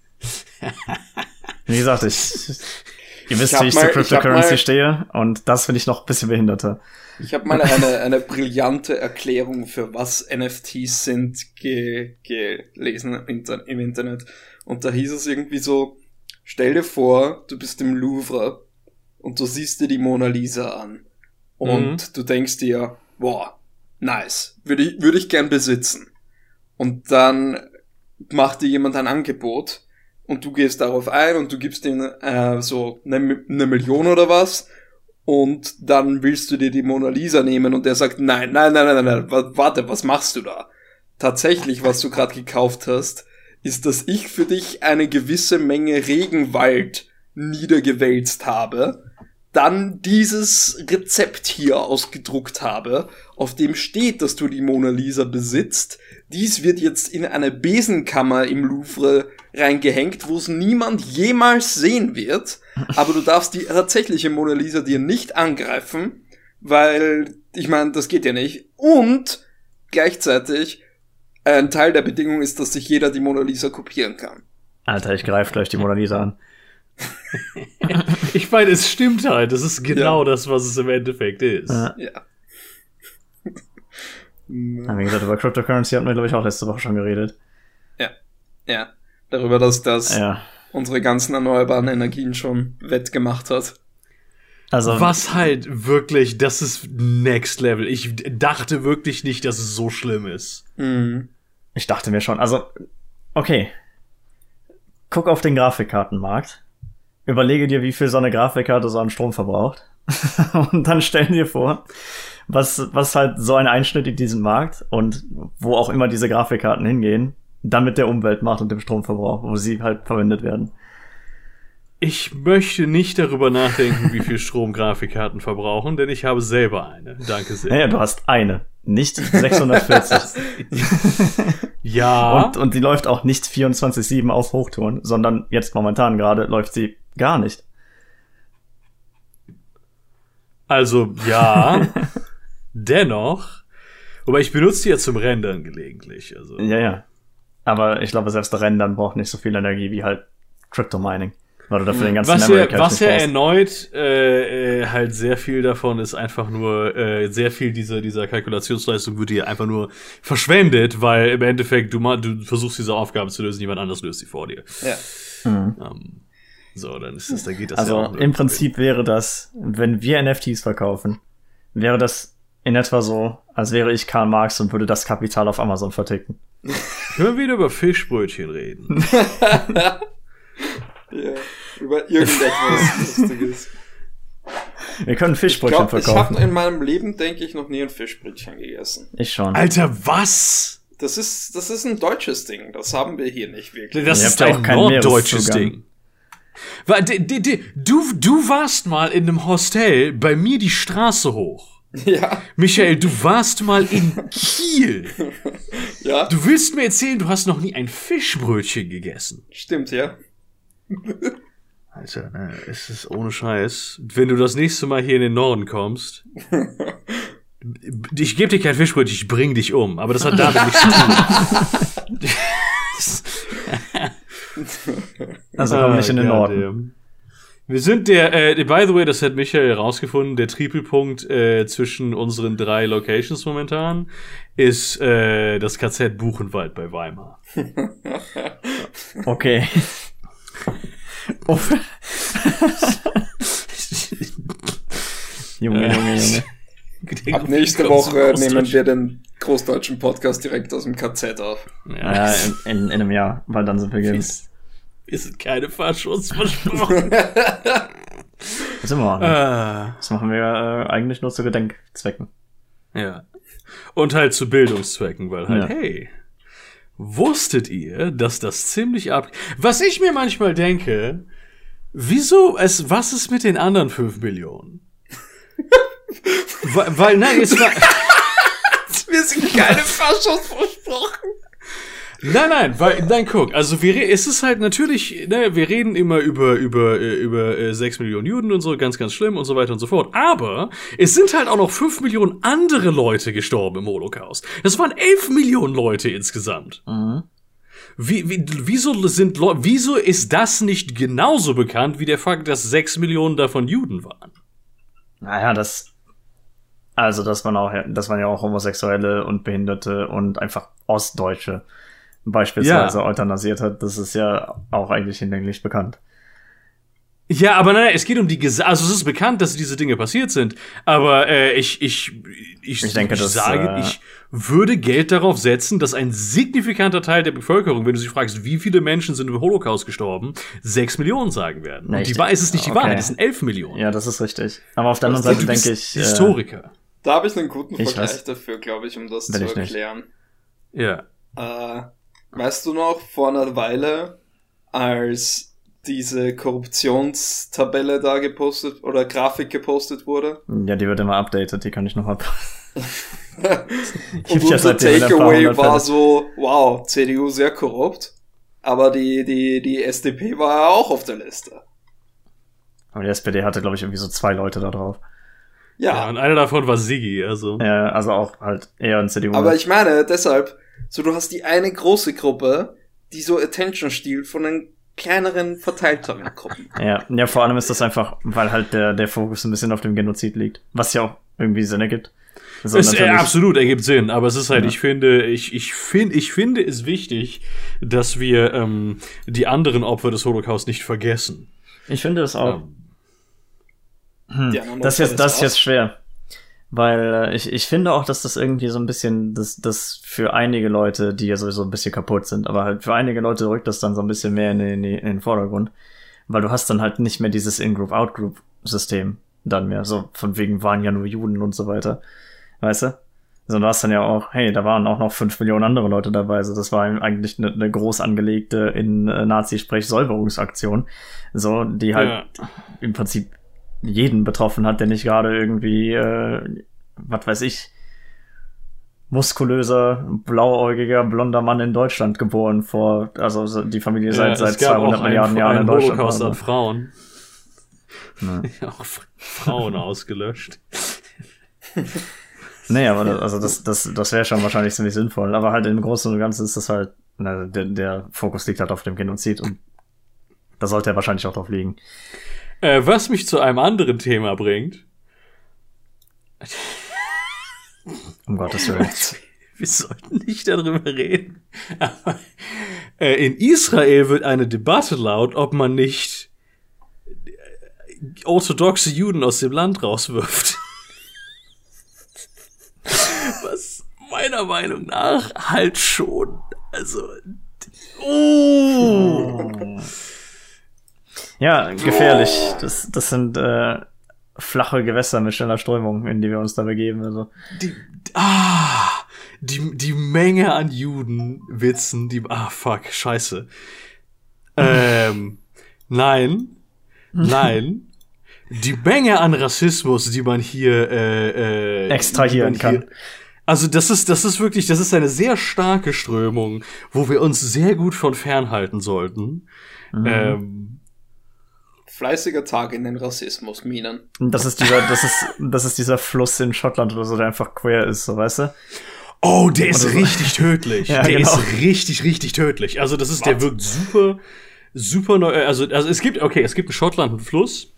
Wie gesagt, ihr wisst, wie ich zur Cryptocurrency stehe und das finde ich noch ein bisschen behinderter. Ich habe mal eine brillante Erklärung für was NFTs sind gelesen im Internet. Und da hieß es irgendwie so, stell dir vor, du bist im Louvre und du siehst dir die Mona Lisa an. Und du denkst dir, boah, nice, würde ich gern besitzen. Und dann macht dir jemand ein Angebot und du gehst darauf ein und du gibst ihm so eine Million oder was. Und dann willst du dir die Mona Lisa nehmen und der sagt, nein, warte, was machst du da? Tatsächlich, was du gerade gekauft hast, ist, dass ich für dich eine gewisse Menge Regenwald niedergewälzt habe, dann dieses Rezept hier ausgedruckt habe, auf dem steht, dass du die Mona Lisa besitzt. Dies wird jetzt in eine Besenkammer im Louvre reingehängt, wo es niemand jemals sehen wird. Aber du darfst die tatsächliche Mona Lisa dir nicht angreifen, weil, ich meine, das geht ja nicht. Und gleichzeitig, ein Teil der Bedingung ist, dass sich jeder die Mona Lisa kopieren kann. Alter, ich greife gleich die Mona Lisa an. Ich meine, es stimmt halt. Das ist genau das, was es im Endeffekt ist. Ja. Wie gesagt, über Cryptocurrency hatten wir, glaube ich, auch letzte Woche schon geredet. Ja. Darüber, dass das unsere ganzen erneuerbaren Energien schon wettgemacht hat. Also, was halt wirklich, das ist Next Level. Ich dachte wirklich nicht, dass es so schlimm ist. Ich dachte mir schon. Also, okay. Guck auf den Grafikkartenmarkt. Überlege dir, wie viel so eine Grafikkarte so an Strom verbraucht. Und dann stell dir vor, was halt so ein Einschnitt in diesen Markt und wo auch immer diese Grafikkarten hingehen, dann mit der Umwelt macht und dem Stromverbrauch, wo sie halt verwendet werden. Ich möchte nicht darüber nachdenken, wie viel Strom Grafikkarten verbrauchen, denn ich habe selber eine. Danke sehr. Ja, du hast eine, nicht 640. Ja. Und die läuft auch nicht 24/7 auf Hochtouren, sondern jetzt momentan gerade läuft sie gar nicht. Also, ja. Dennoch. Wobei ich benutze die ja zum Rendern gelegentlich. Also. Ja. Aber ich glaube, selbst der Rendern braucht nicht so viel Energie wie halt Crypto-Mining. Weil du dafür den ganzen Memory Cache was ja erneut halt sehr viel davon ist einfach nur sehr viel dieser Kalkulationsleistung wird dir einfach nur verschwendet, weil im Endeffekt du versuchst diese Aufgabe zu lösen, jemand anders löst sie vor dir. Ja. So, dann ist das, da geht das also ja auch. Im Prinzip wäre das, wenn wir NFTs verkaufen, wäre das in etwa so, als wäre ich Karl Marx und würde das Kapital auf Amazon verticken. Können wir wieder über Fischbrötchen reden? Ja, über irgendetwas Lustiges. Wir können Fischbrötchen verkaufen. Ich habe in meinem Leben, denke ich, noch nie ein Fischbrötchen gegessen. Ich schon. Alter, was? Das ist ein deutsches Ding. Das haben wir hier nicht wirklich. Das ist ein norddeutsches Ding. Du warst mal in einem Hostel bei mir die Straße hoch. Ja. Michael, du warst mal in Kiel. Ja. Du willst mir erzählen, du hast noch nie ein Fischbrötchen gegessen. Stimmt, ja. Alter, es ist ohne Scheiß. Wenn du das nächste Mal hier in den Norden kommst, ich gebe dir kein Fischbrötchen, ich bring dich um. Aber das hat damit nichts zu tun. Also kommen wir nicht in den Norden. Wir sind by the way, das hat Michael herausgefunden, der Tripelpunkt zwischen unseren 3 Locations momentan ist das KZ Buchenwald bei Weimar. Okay. Oh. Junge. Ab nächste Woche nehmen wir den großdeutschen Podcast direkt aus dem KZ auf. Ja, in einem Jahr, weil dann sind wir geimpft. Wir sind keine Faschos versprochen. Was sind wir? Das machen wir eigentlich nur zu Gedenkzwecken. Ja. Und halt zu Bildungszwecken, weil halt, hey, wusstet ihr, dass das ziemlich Was ich mir manchmal denke, was ist mit den anderen 5 Millionen? weil, nein, jetzt war... Wir sind keine Faschos versprochen. Nein, guck, also es ist halt natürlich, wir reden immer über 6 Millionen Juden und so, ganz, ganz schlimm und so weiter und so fort. Aber es sind halt auch noch 5 Millionen andere Leute gestorben im Holocaust. Das waren 11 Millionen Leute insgesamt. Mhm. Wieso ist das nicht genauso bekannt wie der Fakt, dass 6 Millionen davon Juden waren? Naja, das waren ja auch Homosexuelle und Behinderte und einfach Ostdeutsche. Beispielsweise euthanasiert hat, das ist ja auch eigentlich hinlänglich bekannt. Ja, aber nein, es geht um also es ist bekannt, dass diese Dinge passiert sind, aber ich würde Geld darauf setzen, dass ein signifikanter Teil der Bevölkerung, wenn du sie fragst, wie viele Menschen sind im Holocaust gestorben, 6 Millionen sagen werden. Und die Wahrheit ist nicht die Wahrheit, es sind 11 Millionen. Ja, das ist richtig. Aber auf der anderen Seite denke ich... Historiker. Da habe ich einen guten Vergleich dafür, glaube ich, um das zu erklären. Ja. Weißt du noch, vor einer Weile, als diese Korruptionstabelle da gepostet oder Grafik gepostet wurde? Ja, die wird immer updated, die kann ich noch Und unser Takeaway war so, wow, CDU sehr korrupt, aber die SDP war ja auch auf der Liste. Aber die SPD hatte, glaube ich, irgendwie so 2 Leute da drauf. Ja, und einer davon war Siggi, also. Ja, also auch halt eher ein CDU. Aber ich meine, deshalb, so du hast die eine große Gruppe, die so Attention stiehlt von den kleineren, verteilteren Gruppen. Ja, vor allem ist das einfach, weil halt der Fokus ein bisschen auf dem Genozid liegt. Was ja auch irgendwie Sinn ergibt. Also es absolut ergibt Sinn, aber es ist halt, ich finde es wichtig, dass wir die anderen Opfer des Holocaust nicht vergessen. Ich finde es auch. Das ist jetzt schwer. Weil ich finde auch, dass das irgendwie so ein bisschen, das für einige Leute, die ja sowieso ein bisschen kaputt sind, aber halt für einige Leute rückt das dann so ein bisschen mehr in den Vordergrund. Weil du hast dann halt nicht mehr dieses In-Group-Out-Group-System dann mehr. So von wegen waren ja nur Juden und so weiter. Weißt du? Sondern du hast dann ja auch, hey, da waren auch noch 5 Millionen andere Leute dabei. Also das war eigentlich eine groß angelegte in Nazi-Sprech Säuberungsaktion. So, die halt im Prinzip jeden betroffen hat, der nicht gerade irgendwie, was weiß ich, muskulöser, blauäugiger, blonder Mann in Deutschland geboren also die Familie seit 200 Milliarden Jahren in Deutschland. Holocaust an Frauen. Ja. Auch Frauen ausgelöscht. Nee, aber das wäre schon wahrscheinlich ziemlich sinnvoll. Aber halt im Großen und Ganzen ist das halt, der Fokus liegt halt auf dem Genozid und da sollte er wahrscheinlich auch drauf liegen. Was mich zu einem anderen Thema bringt. Um Gottes Willen. Wir sollten nicht darüber reden. Aber in Israel wird eine Debatte laut, ob man nicht orthodoxe Juden aus dem Land rauswirft. meiner Meinung nach halt schon. Also, Ja, gefährlich. Das sind flache Gewässer mit schneller Strömung, in die wir uns da begeben. Also. Die Menge an Judenwitzen, scheiße. Nein. Die Menge an Rassismus, die man hier extrahieren kann. Also das ist wirklich, das ist eine sehr starke Strömung, wo wir uns sehr gut von fernhalten sollten. Fleißiger Tag in den Rassismus-Minen. Das ist dieser Fluss in Schottland oder so, der einfach queer ist, so, weißt du? Oh, der ist richtig tödlich. Ja, der genau. ist richtig, richtig tödlich. Also das ist, der wirkt super neu. Also es gibt in Schottland einen Fluss,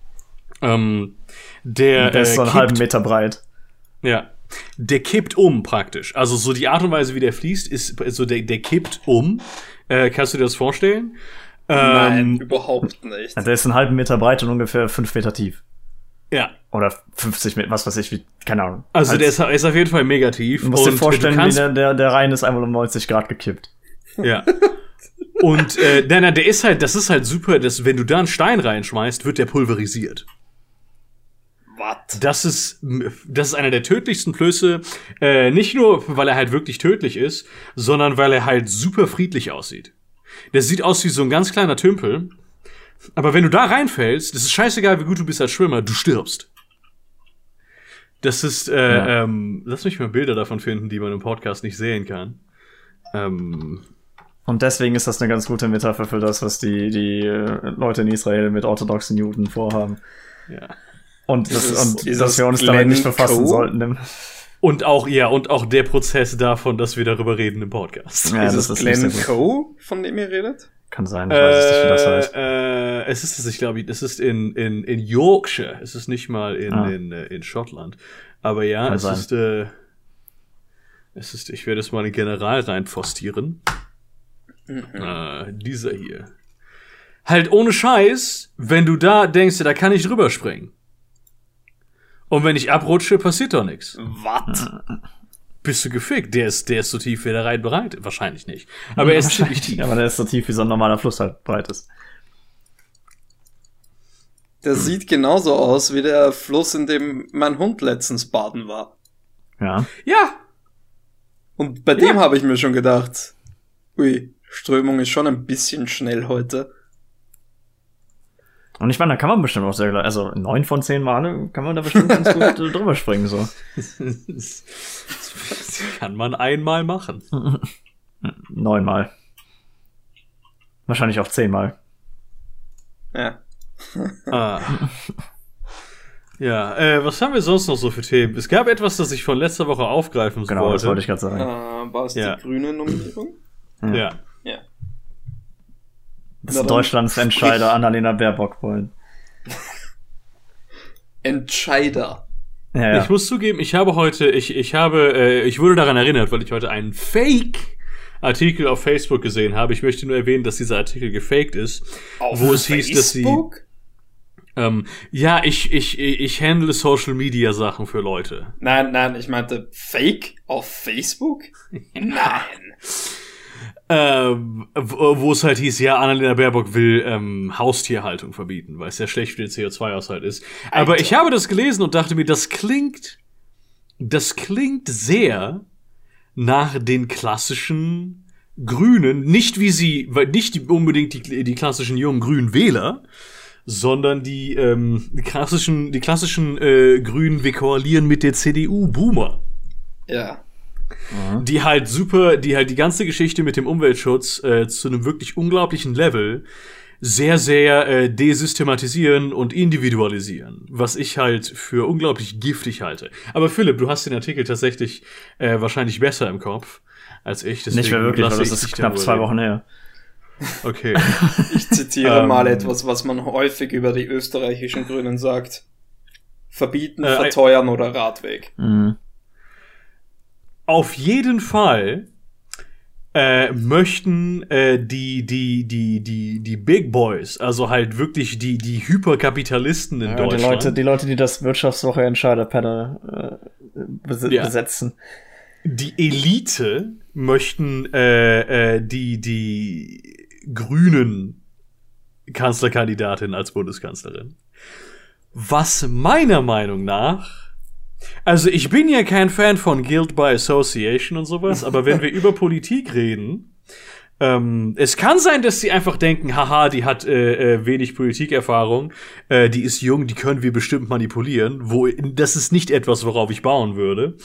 der ist so einen halben Meter breit. Ja. Der kippt um praktisch. Also so die Art und Weise, wie der fließt, ist so der kippt um. Kannst du dir das vorstellen? Nein, überhaupt nicht. Der ist einen halben Meter breit und ungefähr 5 Meter tief. Ja. Oder 50 Meter, was weiß ich, keine Ahnung. Also der ist auf jeden Fall mega tief. Du musst dir vorstellen, wie der Rhein ist einmal um 90 Grad gekippt. Ja. Und der ist halt, das ist halt super, dass wenn du da einen Stein reinschmeißt, wird der pulverisiert. Was? Das ist einer der tödlichsten Flüsse, nicht nur, weil er halt wirklich tödlich ist, sondern weil er halt super friedlich aussieht. Der sieht aus wie so ein ganz kleiner Tümpel, aber wenn du da reinfällst, das ist scheißegal, wie gut du bist als Schwimmer, du stirbst. Das ist, lass mich mal Bilder davon finden, die man im Podcast nicht sehen kann. Und deswegen ist das eine ganz gute Metapher für das, was die Leute in Israel mit orthodoxen Juden vorhaben. Ja. Und dass wir uns damit nicht befassen sollten. Und auch der Prozess davon, dass wir darüber reden im Podcast. Ja, ist es Glenn Coe, von dem ihr redet? Kann sein, ich weiß nicht, wie das heißt. Ich glaube, es ist in Yorkshire. Es ist nicht mal in Schottland. Aber ja, es ist, ich werde es mal in General reinpostieren. Dieser hier. Halt ohne Scheiß, wenn du da denkst, da kann ich drüber springen. Und wenn ich abrutsche, passiert doch nichts. Was? Bist du gefickt? Der ist so tief, wie der Rhein breit. Wahrscheinlich nicht. Aber er ist ziemlich tief. Aber der ist so tief, wie so ein normaler Fluss halt breit ist. Der sieht genauso aus wie der Fluss, in dem mein Hund letztens baden war. Ja. Ja. Und bei dem habe ich mir schon gedacht, ui, Strömung ist schon ein bisschen schnell heute. Und ich meine, da kann man bestimmt auch sehr gleich, also 9 von 10 Male kann man da bestimmt ganz gut drüber springen, so. Das kann man einmal machen. 9 Mal. Wahrscheinlich auch 10 Mal. Ja. Ja, was haben wir sonst noch so für Themen? Es gab etwas, das ich von letzter Woche aufgreifen wollte. Genau, das wollte ich gerade sagen. War es die grüne Nominierung? Ja. Das ist Deutschlands Entscheider Annalena Baerbock wollen. Entscheider. Ja. Ich muss zugeben, ich wurde daran erinnert, weil ich heute einen Fake-Artikel auf Facebook gesehen habe. Ich möchte nur erwähnen, dass dieser Artikel gefaked ist. Auf wo es Facebook? hieß, dass sie, ich handle Social Media Sachen für Leute. Nein, ich meinte Fake auf Facebook? Nein. Wo es halt hieß, ja, Annalena Baerbock will Haustierhaltung verbieten, weil es sehr schlecht für den CO2-Haushalt ist. Alter. Aber ich habe das gelesen und dachte mir, das klingt sehr nach den klassischen Grünen, nicht unbedingt die klassischen jungen grünen Wähler, sondern die klassischen Grünen, wir koalieren mit der CDU-Boomer. Ja. Die halt die ganze Geschichte mit dem Umweltschutz zu einem wirklich unglaublichen Level sehr, sehr desystematisieren und individualisieren, was ich halt für unglaublich giftig halte. Aber Philipp, du hast den Artikel tatsächlich wahrscheinlich besser im Kopf als ich. Nicht mehr wirklich, weil das ist knapp 2 Wochen her. Okay. Ich zitiere mal etwas, was man häufig über die österreichischen Grünen sagt. Verbieten, verteuern oder Radweg. Mhm. Auf jeden Fall möchten die Big Boys, also halt wirklich die Hyperkapitalisten in Deutschland. Die Leute, die das Wirtschaftswoche-Entscheider-Panel besetzen. die Elite möchten die grünen Kanzlerkandidatin als Bundeskanzlerin. Was meiner Meinung nach, also ich bin ja kein Fan von Guilt by Association und sowas, aber wenn wir über Politik reden, es kann sein, dass sie einfach denken, haha, die hat wenig Politikerfahrung, die ist jung, die können wir bestimmt manipulieren. Das ist nicht etwas, worauf ich bauen würde.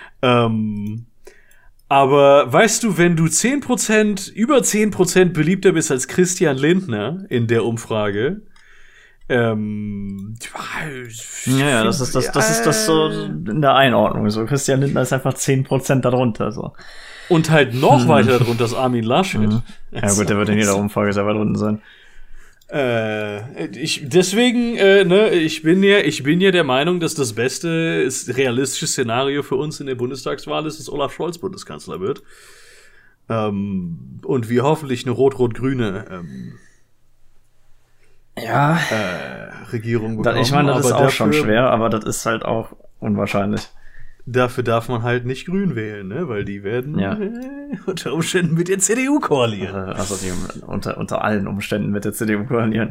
Aber weißt du, wenn du über 10% beliebter bist als Christian Lindner in der Umfrage, ja, das ist das so in der Einordnung. So, Christian Lindner ist einfach 10% darunter, so. Und halt noch weiter darunter ist Armin Laschet. Ja gut, der wird in jeder Umfrage sehr weit unten sein. Ich bin ja der Meinung, dass das beste realistische Szenario für uns in der Bundestagswahl ist, dass Olaf Scholz Bundeskanzler wird. Und wir hoffentlich eine rot-rot-grüne Regierung bekommen. Ich meine, das ist auch schon schwer, aber das ist halt auch unwahrscheinlich. Dafür darf man halt nicht grün wählen, ne? Weil die werden unter Umständen mit der CDU koalieren. Also die unter allen Umständen mit der CDU koalieren.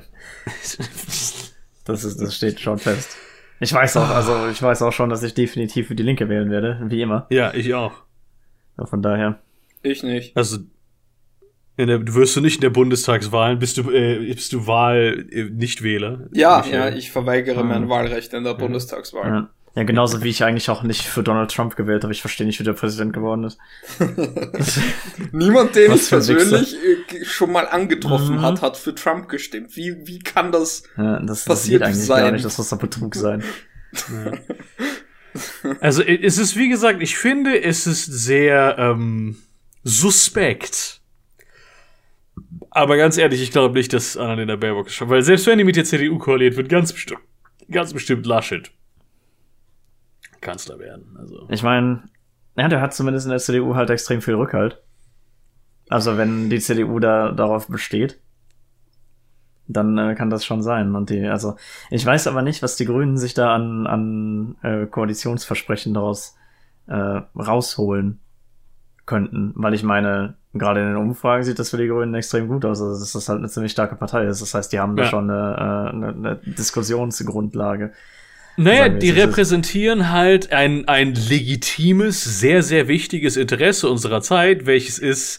Das steht schon fest. Ich weiß auch schon, dass ich definitiv für die Linke wählen werde, wie immer. Ja, ich auch. Ja, von daher. Ich nicht. Also du wirst du nicht in der Bundestagswahl, bist du Nichtwähler? Ja, ich verweigere mein Wahlrecht in der Bundestagswahl. Ja, genauso wie ich eigentlich auch nicht für Donald Trump gewählt habe. Ich verstehe nicht, wie der Präsident geworden ist. Niemand, den ich persönlich schon mal angetroffen hat für Trump gestimmt. Wie kann das passiert geht eigentlich sein? Gar nicht. Das muss doch Betrug sein. Ja. Also es ist, wie gesagt, ich finde, es ist sehr suspekt. Aber ganz ehrlich, ich glaube nicht, dass Annalena Baerbock es schafft. Weil selbst wenn die mit der CDU koaliert, wird ganz bestimmt Laschet Kanzler werden. Also. Ich meine, der hat zumindest in der CDU halt extrem viel Rückhalt. Also wenn die CDU darauf besteht, dann kann das schon sein. Und ich weiß aber nicht, was die Grünen sich da an Koalitionsversprechen daraus rausholen könnten. Weil ich meine, gerade in den Umfragen sieht das für die Grünen extrem gut aus. Also das ist halt eine ziemlich starke Partei. Das heißt, die haben da schon eine Diskussionsgrundlage. Naja, die repräsentieren halt ein legitimes, sehr, sehr wichtiges Interesse unserer Zeit, welches ist,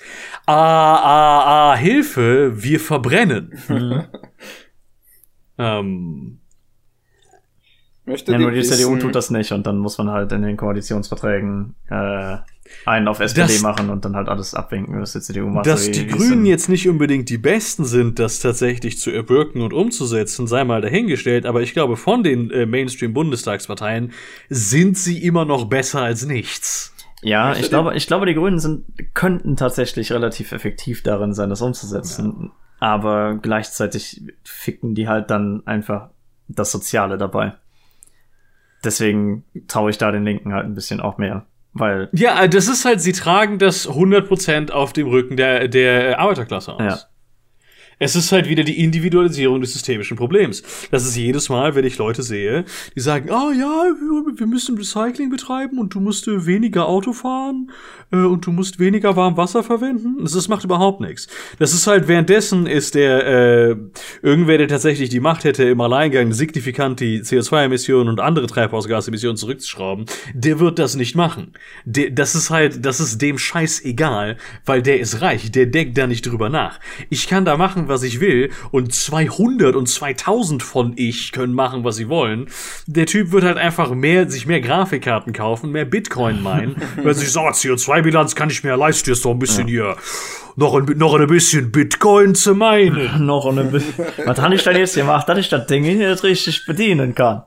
Hilfe, wir verbrennen. Nur die CDU tut das nicht und dann muss man halt in den Koalitionsverträgen einen auf SPD machen und dann halt alles abwinken, was die CDU macht. Dass die Grünen jetzt nicht unbedingt die Besten sind, das tatsächlich zu erwirken und umzusetzen, sei mal dahingestellt, aber ich glaube, von den Mainstream-Bundestagsparteien sind sie immer noch besser als nichts. Ja, ich glaube, die Grünen könnten tatsächlich relativ effektiv darin sein, das umzusetzen, aber gleichzeitig ficken die halt dann einfach das Soziale dabei. Deswegen traue ich da den Linken halt ein bisschen auch mehr. Weil ja, das ist halt, sie tragen das 100% auf dem Rücken der Arbeiterklasse aus. Ja. Es ist halt wieder die Individualisierung des systemischen Problems. Das ist jedes Mal, wenn ich Leute sehe, die sagen, wir müssen Recycling betreiben und du musst weniger Auto fahren und du musst weniger warm Wasser verwenden. Das macht überhaupt nichts. Das ist halt, währenddessen ist irgendwer, der tatsächlich die Macht hätte, im Alleingang signifikant die CO2-Emissionen und andere Treibhausgasemissionen zurückzuschrauben, der wird das nicht machen. Das ist dem Scheiß egal, weil der ist reich, der denkt da nicht drüber nach. Ich kann da machen, was ich will, und 200 und 2000 von ich können machen, was sie wollen. Der Typ wird halt einfach sich mehr Grafikkarten kaufen, mehr Bitcoin meinen, weil sich so, CO2-Bilanz kann ich mir leisten, jetzt noch ein bisschen hier, noch ein bisschen Bitcoin zu meinen. Was habe ich denn jetzt gemacht, dass ich das Ding jetzt richtig bedienen kann?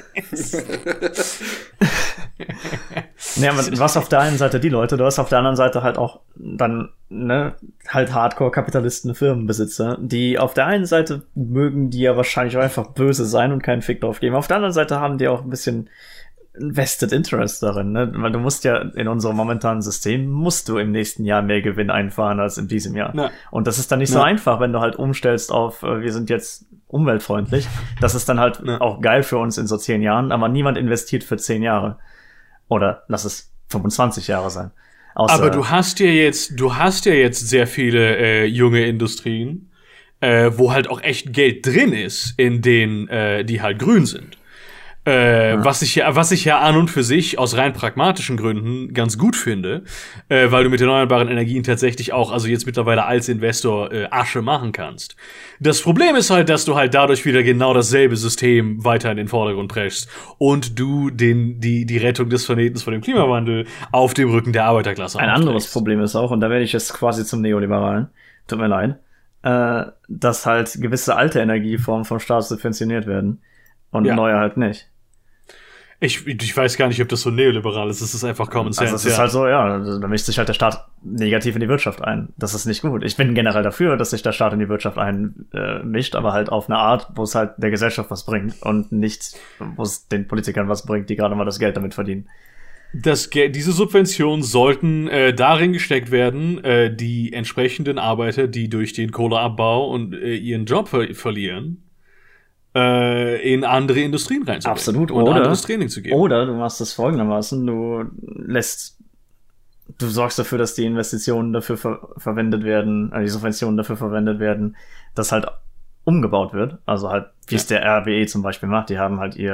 Ja, was auf der einen Seite die Leute, du hast auf der anderen Seite halt auch dann, halt Hardcore-Kapitalisten, Firmenbesitzer, die auf der einen Seite mögen die ja wahrscheinlich auch einfach böse sein und keinen Fick drauf geben. Auf der anderen Seite haben die auch ein bisschen Vested Interest darin, ne? Weil du musst ja in unserem momentanen System musst du im nächsten Jahr mehr Gewinn einfahren als in diesem Jahr. Ja. Und das ist dann nicht so einfach, wenn du halt umstellst auf, wir sind jetzt umweltfreundlich. Das ist dann halt auch geil für uns in so 10 Jahren, aber niemand investiert für 10 Jahre. Oder lass es 25 Jahre sein. Aber du hast ja jetzt sehr viele junge Industrien, wo halt auch echt Geld drin ist, in denen die halt grün sind. Was ich ja an und für sich aus rein pragmatischen Gründen ganz gut finde, weil du mit erneuerbaren Energien tatsächlich auch, also jetzt mittlerweile als Investor Asche machen kannst. Das Problem ist halt, dass du halt dadurch wieder genau dasselbe System weiter in den Vordergrund preschst und du die Rettung des Planeten vor dem Klimawandel auf dem Rücken der Arbeiterklasse Ein anderes Problem ist auch, und da werde ich jetzt quasi zum Neoliberalen, tut mir leid, dass halt gewisse alte Energieformen vom Staat subventioniert werden und neue halt nicht. Ich weiß gar nicht, ob das so neoliberal ist. Es ist einfach Common Sense. Also es ist halt so, da mischt sich halt der Staat negativ in die Wirtschaft ein. Das ist nicht gut. Ich bin generell dafür, dass sich der Staat in die Wirtschaft einmischt, aber halt auf eine Art, wo es halt der Gesellschaft was bringt und nicht, wo es den Politikern was bringt, die gerade mal das Geld damit verdienen. Diese Subventionen sollten darin gesteckt werden, die entsprechenden Arbeiter, die durch den Kohleabbau und ihren Job verlieren, in andere Industrien reinzubringen. Absolut. Und anderes Training zu geben. Oder du machst das folgendermaßen, du sorgst dafür, dass die Investitionen dafür verwendet werden, die Subventionen dafür verwendet werden, dass halt umgebaut wird. Also halt, wie es der RWE zum Beispiel macht. Die haben halt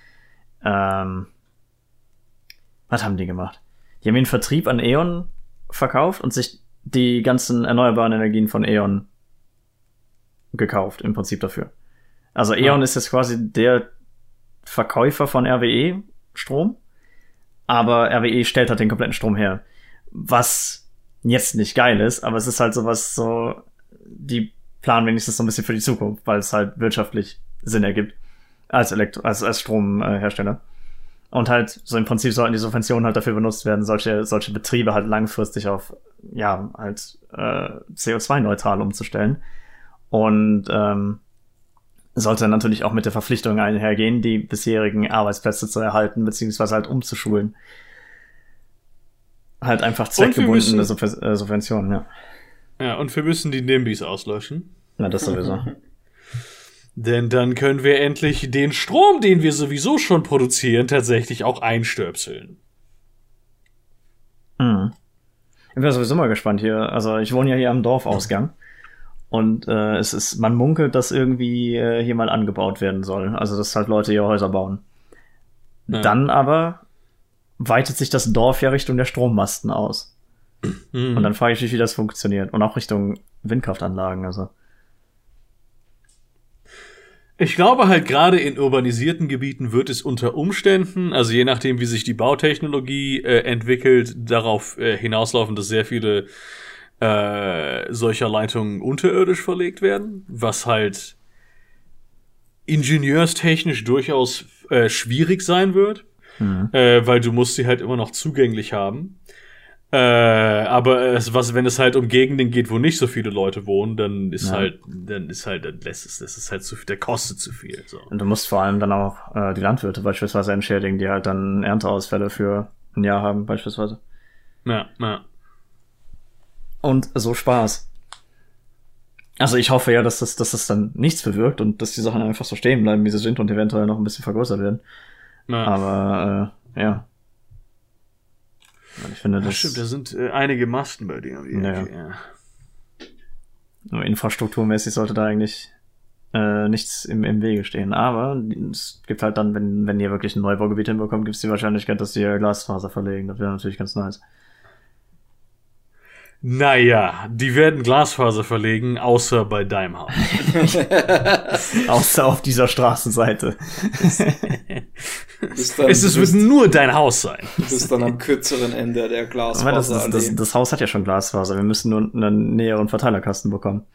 was haben die gemacht? Die haben den Vertrieb an E.ON verkauft und sich die ganzen erneuerbaren Energien von E.ON gekauft, im Prinzip dafür. Also E.ON ist jetzt quasi der Verkäufer von RWE Strom, aber RWE stellt halt den kompletten Strom her. Was jetzt nicht geil ist, aber es ist halt sowas so, die planen wenigstens so ein bisschen für die Zukunft, weil es halt wirtschaftlich Sinn ergibt als Stromhersteller. Und halt so im Prinzip sollten die Subventionen halt dafür benutzt werden, solche Betriebe halt langfristig auf CO2-neutral umzustellen. Und sollte natürlich auch mit der Verpflichtung einhergehen, die bisherigen Arbeitsplätze zu erhalten, beziehungsweise halt umzuschulen. Halt einfach zweckgebundene Subventionen, ja. Ja, und wir müssen die NIMBYs auslöschen. Na, das sowieso. Denn dann können wir endlich den Strom, den wir sowieso schon produzieren, tatsächlich auch einstöpseln. Ich bin sowieso mal gespannt hier. Also ich wohne ja hier am Dorfausgang. Und man munkelt, dass irgendwie hier mal angebaut werden soll. Also, dass halt Leute hier Häuser bauen. Ja. Dann aber weitet sich das Dorf ja Richtung der Strommasten aus. Und dann frage ich mich, wie das funktioniert. Und auch Richtung Windkraftanlagen, also. Ich glaube halt gerade in urbanisierten Gebieten wird es unter Umständen, also je nachdem, wie sich die Bautechnologie entwickelt, darauf hinauslaufen, dass sehr viele solcher Leitungen unterirdisch verlegt werden, was halt ingenieurstechnisch durchaus schwierig sein wird, weil du musst sie halt immer noch zugänglich haben. Aber wenn es halt um Gegenden geht, wo nicht so viele Leute wohnen, dann ist der kostet zu viel. So. Und du musst vor allem dann auch die Landwirte beispielsweise entschädigen, die halt dann Ernteausfälle für ein Jahr haben, beispielsweise. Ja. Und so Spaß. Also ich hoffe ja, dass das dann nichts bewirkt und dass die Sachen einfach so stehen bleiben, wie sie sind und eventuell noch ein bisschen vergrößert werden. Ja. Aber ja. Ich finde, das stimmt, da sind einige Masten bei dir. Ja. Nur infrastrukturmäßig sollte da eigentlich nichts im Wege stehen. Aber es gibt halt dann, wenn ihr wirklich ein Neubaugebiet hinbekommt, gibt es die Wahrscheinlichkeit, dass die Glasfaser verlegen. Das wäre natürlich ganz nice. Naja, die werden Glasfaser verlegen, außer bei deinem Haus. Außer auf dieser Straßenseite. Es wird nur dein Haus sein. Du bist dann am kürzeren Ende der Glasfaser. Das Haus hat ja schon Glasfaser. Wir müssen nur einen näheren Verteilerkasten bekommen.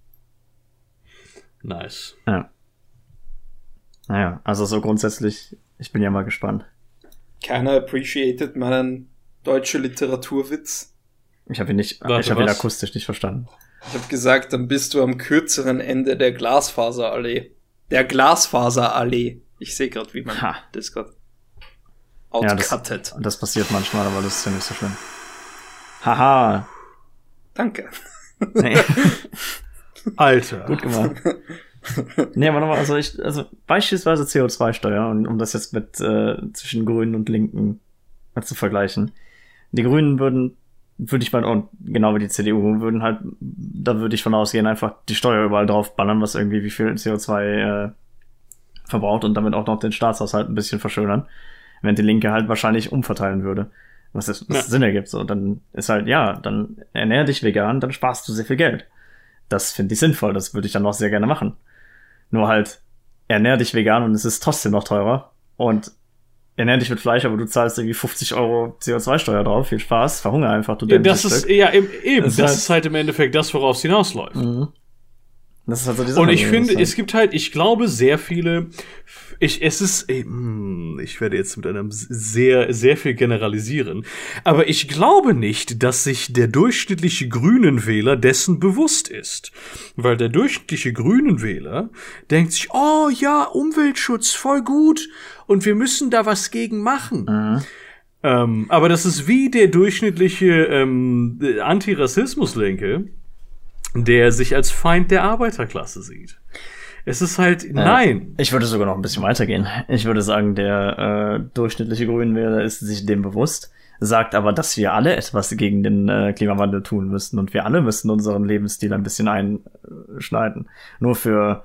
Nice. Ja. Naja, also so grundsätzlich, ich bin ja mal gespannt. Keiner appreciated meinen deutschen Literaturwitz. Ich habe ihn akustisch nicht verstanden. Ich habe gesagt, dann bist du am kürzeren Ende der Glasfaserallee. Der Glasfaserallee. Ich sehe gerade, wie man das gerade outcuttet. Ja, das passiert manchmal, aber das ist ja nicht so schlimm. Haha. Danke. Nee. Alter. Gut gemacht. Nee, aber nochmal, also beispielsweise CO2-Steuer, und um das jetzt mit zwischen Grünen und Linken zu vergleichen. Die Grünen würde ich mal, und genau wie die CDU, da würde ich von ausgehen, einfach die Steuer überall drauf ballern, was irgendwie wie viel CO2 verbraucht und damit auch noch den Staatshaushalt ein bisschen verschönern. Während die Linke halt wahrscheinlich umverteilen würde. Was Sinn ergibt. So, dann ist halt, dann ernähr dich vegan, dann sparst du sehr viel Geld. Das finde ich sinnvoll, das würde ich dann auch sehr gerne machen. Nur halt, ernähr dich vegan und es ist trotzdem noch teurer. Und ernähr dich mit Fleisch, aber du zahlst irgendwie 50 Euro CO2-Steuer drauf. Viel Spaß, verhungere einfach, du das ist, Stück. Ja, eben, das ist halt im Endeffekt das, worauf es hinausläuft. Mhm. Das ist halt so die Sache. Und ich finde, es gibt halt, ich glaube, sehr viele, ich werde jetzt mit einem sehr, sehr viel generalisieren, aber ich glaube nicht, dass sich der durchschnittliche Grünen-Wähler dessen bewusst ist. Weil der durchschnittliche Grünen-Wähler denkt sich, oh ja, Umweltschutz, voll gut, und wir müssen da was gegen machen. Mhm. Aber das ist wie der durchschnittliche Antirassismus-Linke, der sich als Feind der Arbeiterklasse sieht. Es ist halt, nein. Ich würde sogar noch ein bisschen weitergehen. Ich würde sagen, der durchschnittliche Grünenwähler ist sich dem bewusst, sagt aber, dass wir alle etwas gegen den Klimawandel tun müssen und wir alle müssen unseren Lebensstil ein bisschen einschneiden. Nur für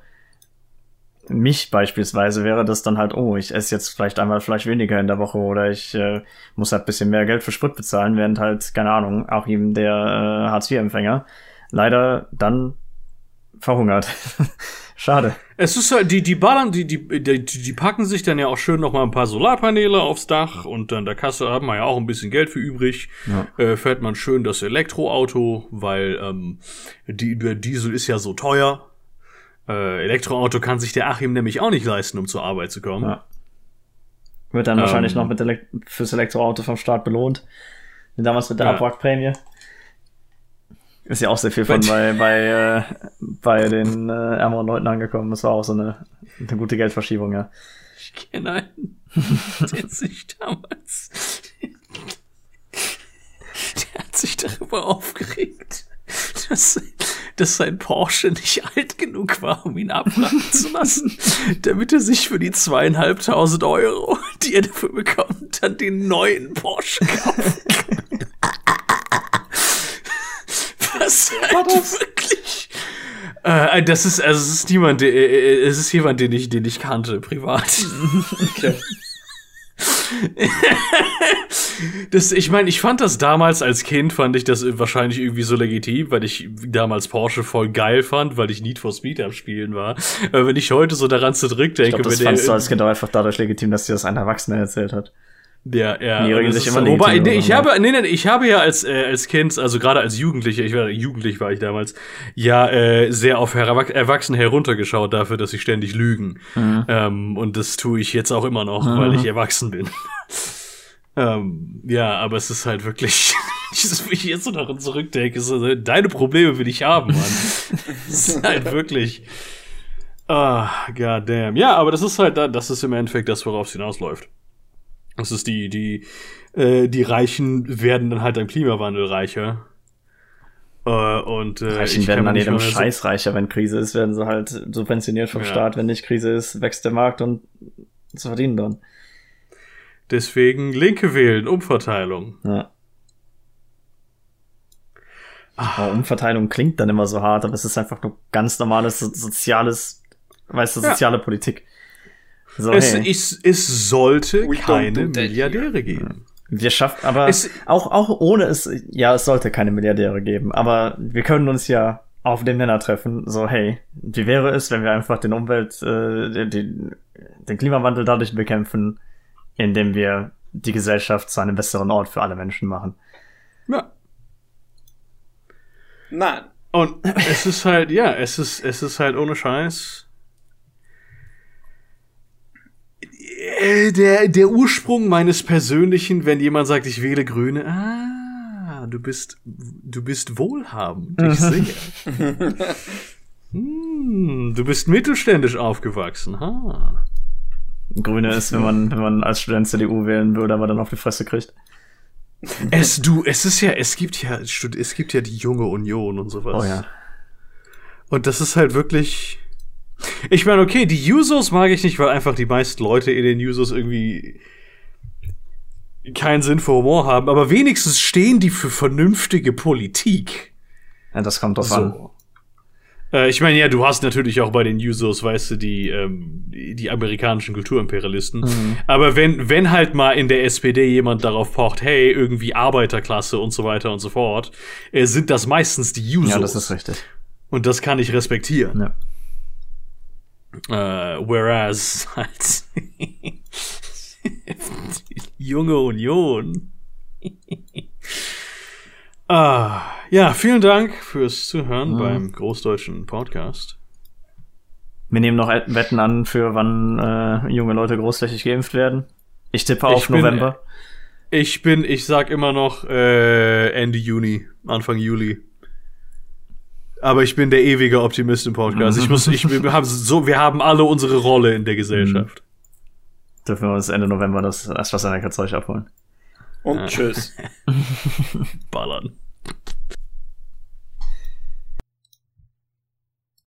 mich beispielsweise wäre das dann halt, ich esse jetzt vielleicht einmal Fleisch weniger in der Woche oder ich muss halt ein bisschen mehr Geld für Sprit bezahlen, während halt, keine Ahnung, auch ihm der Hartz-IV-Empfänger leider dann verhungert. Schade. Es ist halt, die packen sich dann ja auch schön noch mal ein paar Solarpaneele aufs Dach und dann der Kasse haben wir ja auch ein bisschen Geld für übrig. Ja. Fährt man schön das Elektroauto, weil der Diesel ist ja so teuer. Elektroauto kann sich der Achim nämlich auch nicht leisten, um zur Arbeit zu kommen. Ja. Wird dann wahrscheinlich noch fürs Elektroauto vom Staat belohnt. Damals mit der Abwrackprämie. Ist ja auch sehr viel von bei den ärmeren Leuten angekommen. Das war auch so eine gute Geldverschiebung, ja. Ich kenne einen, der sich damals der hat sich darüber aufgeregt, dass sein Porsche nicht alt genug war, um ihn abwracken zu lassen, damit er sich für die 2.500 €, die er dafür bekommt, dann den neuen Porsche kaufen kann. Das halt wirklich. Es ist jemand, den ich kannte, privat. Okay. Ich fand das damals als Kind, fand ich das wahrscheinlich irgendwie so legitim, weil ich damals Porsche voll geil fand, weil ich Need for Speed am Spielen war. Wenn ich heute so daran zurückdenke, ich glaub, das fandst du als Kind auch einfach dadurch legitim, dass dir das ein Erwachsener erzählt hat. Ja. Die regen sich immer wobei, ich habe ja als Kind, also gerade als Jugendlicher, jugendlich war ich damals, sehr auf Erwachsene heruntergeschaut dafür, dass sie ständig lügen. Mhm. Und das tue ich jetzt auch immer noch, weil ich erwachsen bin. Aber es ist halt wirklich, wenn ich jetzt so daran zurückdenke, so, deine Probleme will ich haben, Mann. Das ist halt wirklich, goddamn. Ja, aber das ist im Endeffekt das, worauf es hinausläuft. Das ist die Reichen werden dann halt am Klimawandel reicher. Reichen werden an jedem Scheiß reicher, wenn Krise ist, werden sie halt subventioniert vom Staat. Wenn nicht Krise ist, wächst der Markt und sie verdienen dann. Deswegen Linke wählen, Umverteilung. Ja. Umverteilung klingt dann immer so hart, aber es ist einfach nur ganz normales soziale Politik. So, es sollte keine Milliardäre geben. Wir schaffen, aber auch ohne es sollte keine Milliardäre geben, aber wir können uns ja auf den Nenner treffen, so, hey, wie wäre es, wenn wir einfach den Klimawandel dadurch bekämpfen, indem wir die Gesellschaft zu einem besseren Ort für alle Menschen machen. Ja. Nein. Und es ist halt, es ist halt ohne Scheiß. Der Ursprung meines Persönlichen, wenn jemand sagt, ich wähle Grüne, du bist wohlhabend, ich sehe. Du bist mittelständisch aufgewachsen, Grüne ist, wenn man als Student CDU wählen würde, aber dann auf die Fresse kriegt. Es gibt ja die Junge Union und sowas. Oh ja. Und das ist halt wirklich. Ich meine, okay, die Jusos mag ich nicht, weil einfach die meisten Leute in den Jusos irgendwie keinen Sinn für Humor haben, aber wenigstens stehen die für vernünftige Politik. Ja, das kommt drauf an. Ich meine, ja, du hast natürlich auch bei den Jusos, weißt du, die amerikanischen Kulturimperialisten. Mhm. Aber wenn halt mal in der SPD jemand darauf pocht, hey, irgendwie Arbeiterklasse und so weiter und so fort, sind das meistens die Jusos. Ja, das ist richtig. Und das kann ich respektieren. Ja. Whereas halt Junge Union. Ja, vielen Dank fürs Zuhören beim Großdeutschen Podcast. Wir nehmen noch Wetten an, für wann junge Leute großflächig geimpft werden. Ich tippe auf November. Ich sag immer noch Ende Juni, Anfang Juli. Aber ich bin der ewige Optimist im Podcast. Wir haben alle unsere Rolle in der Gesellschaft. Dürfen wir uns Ende November das AstraZeneca-Zeug abholen. Und tschüss. Ballern.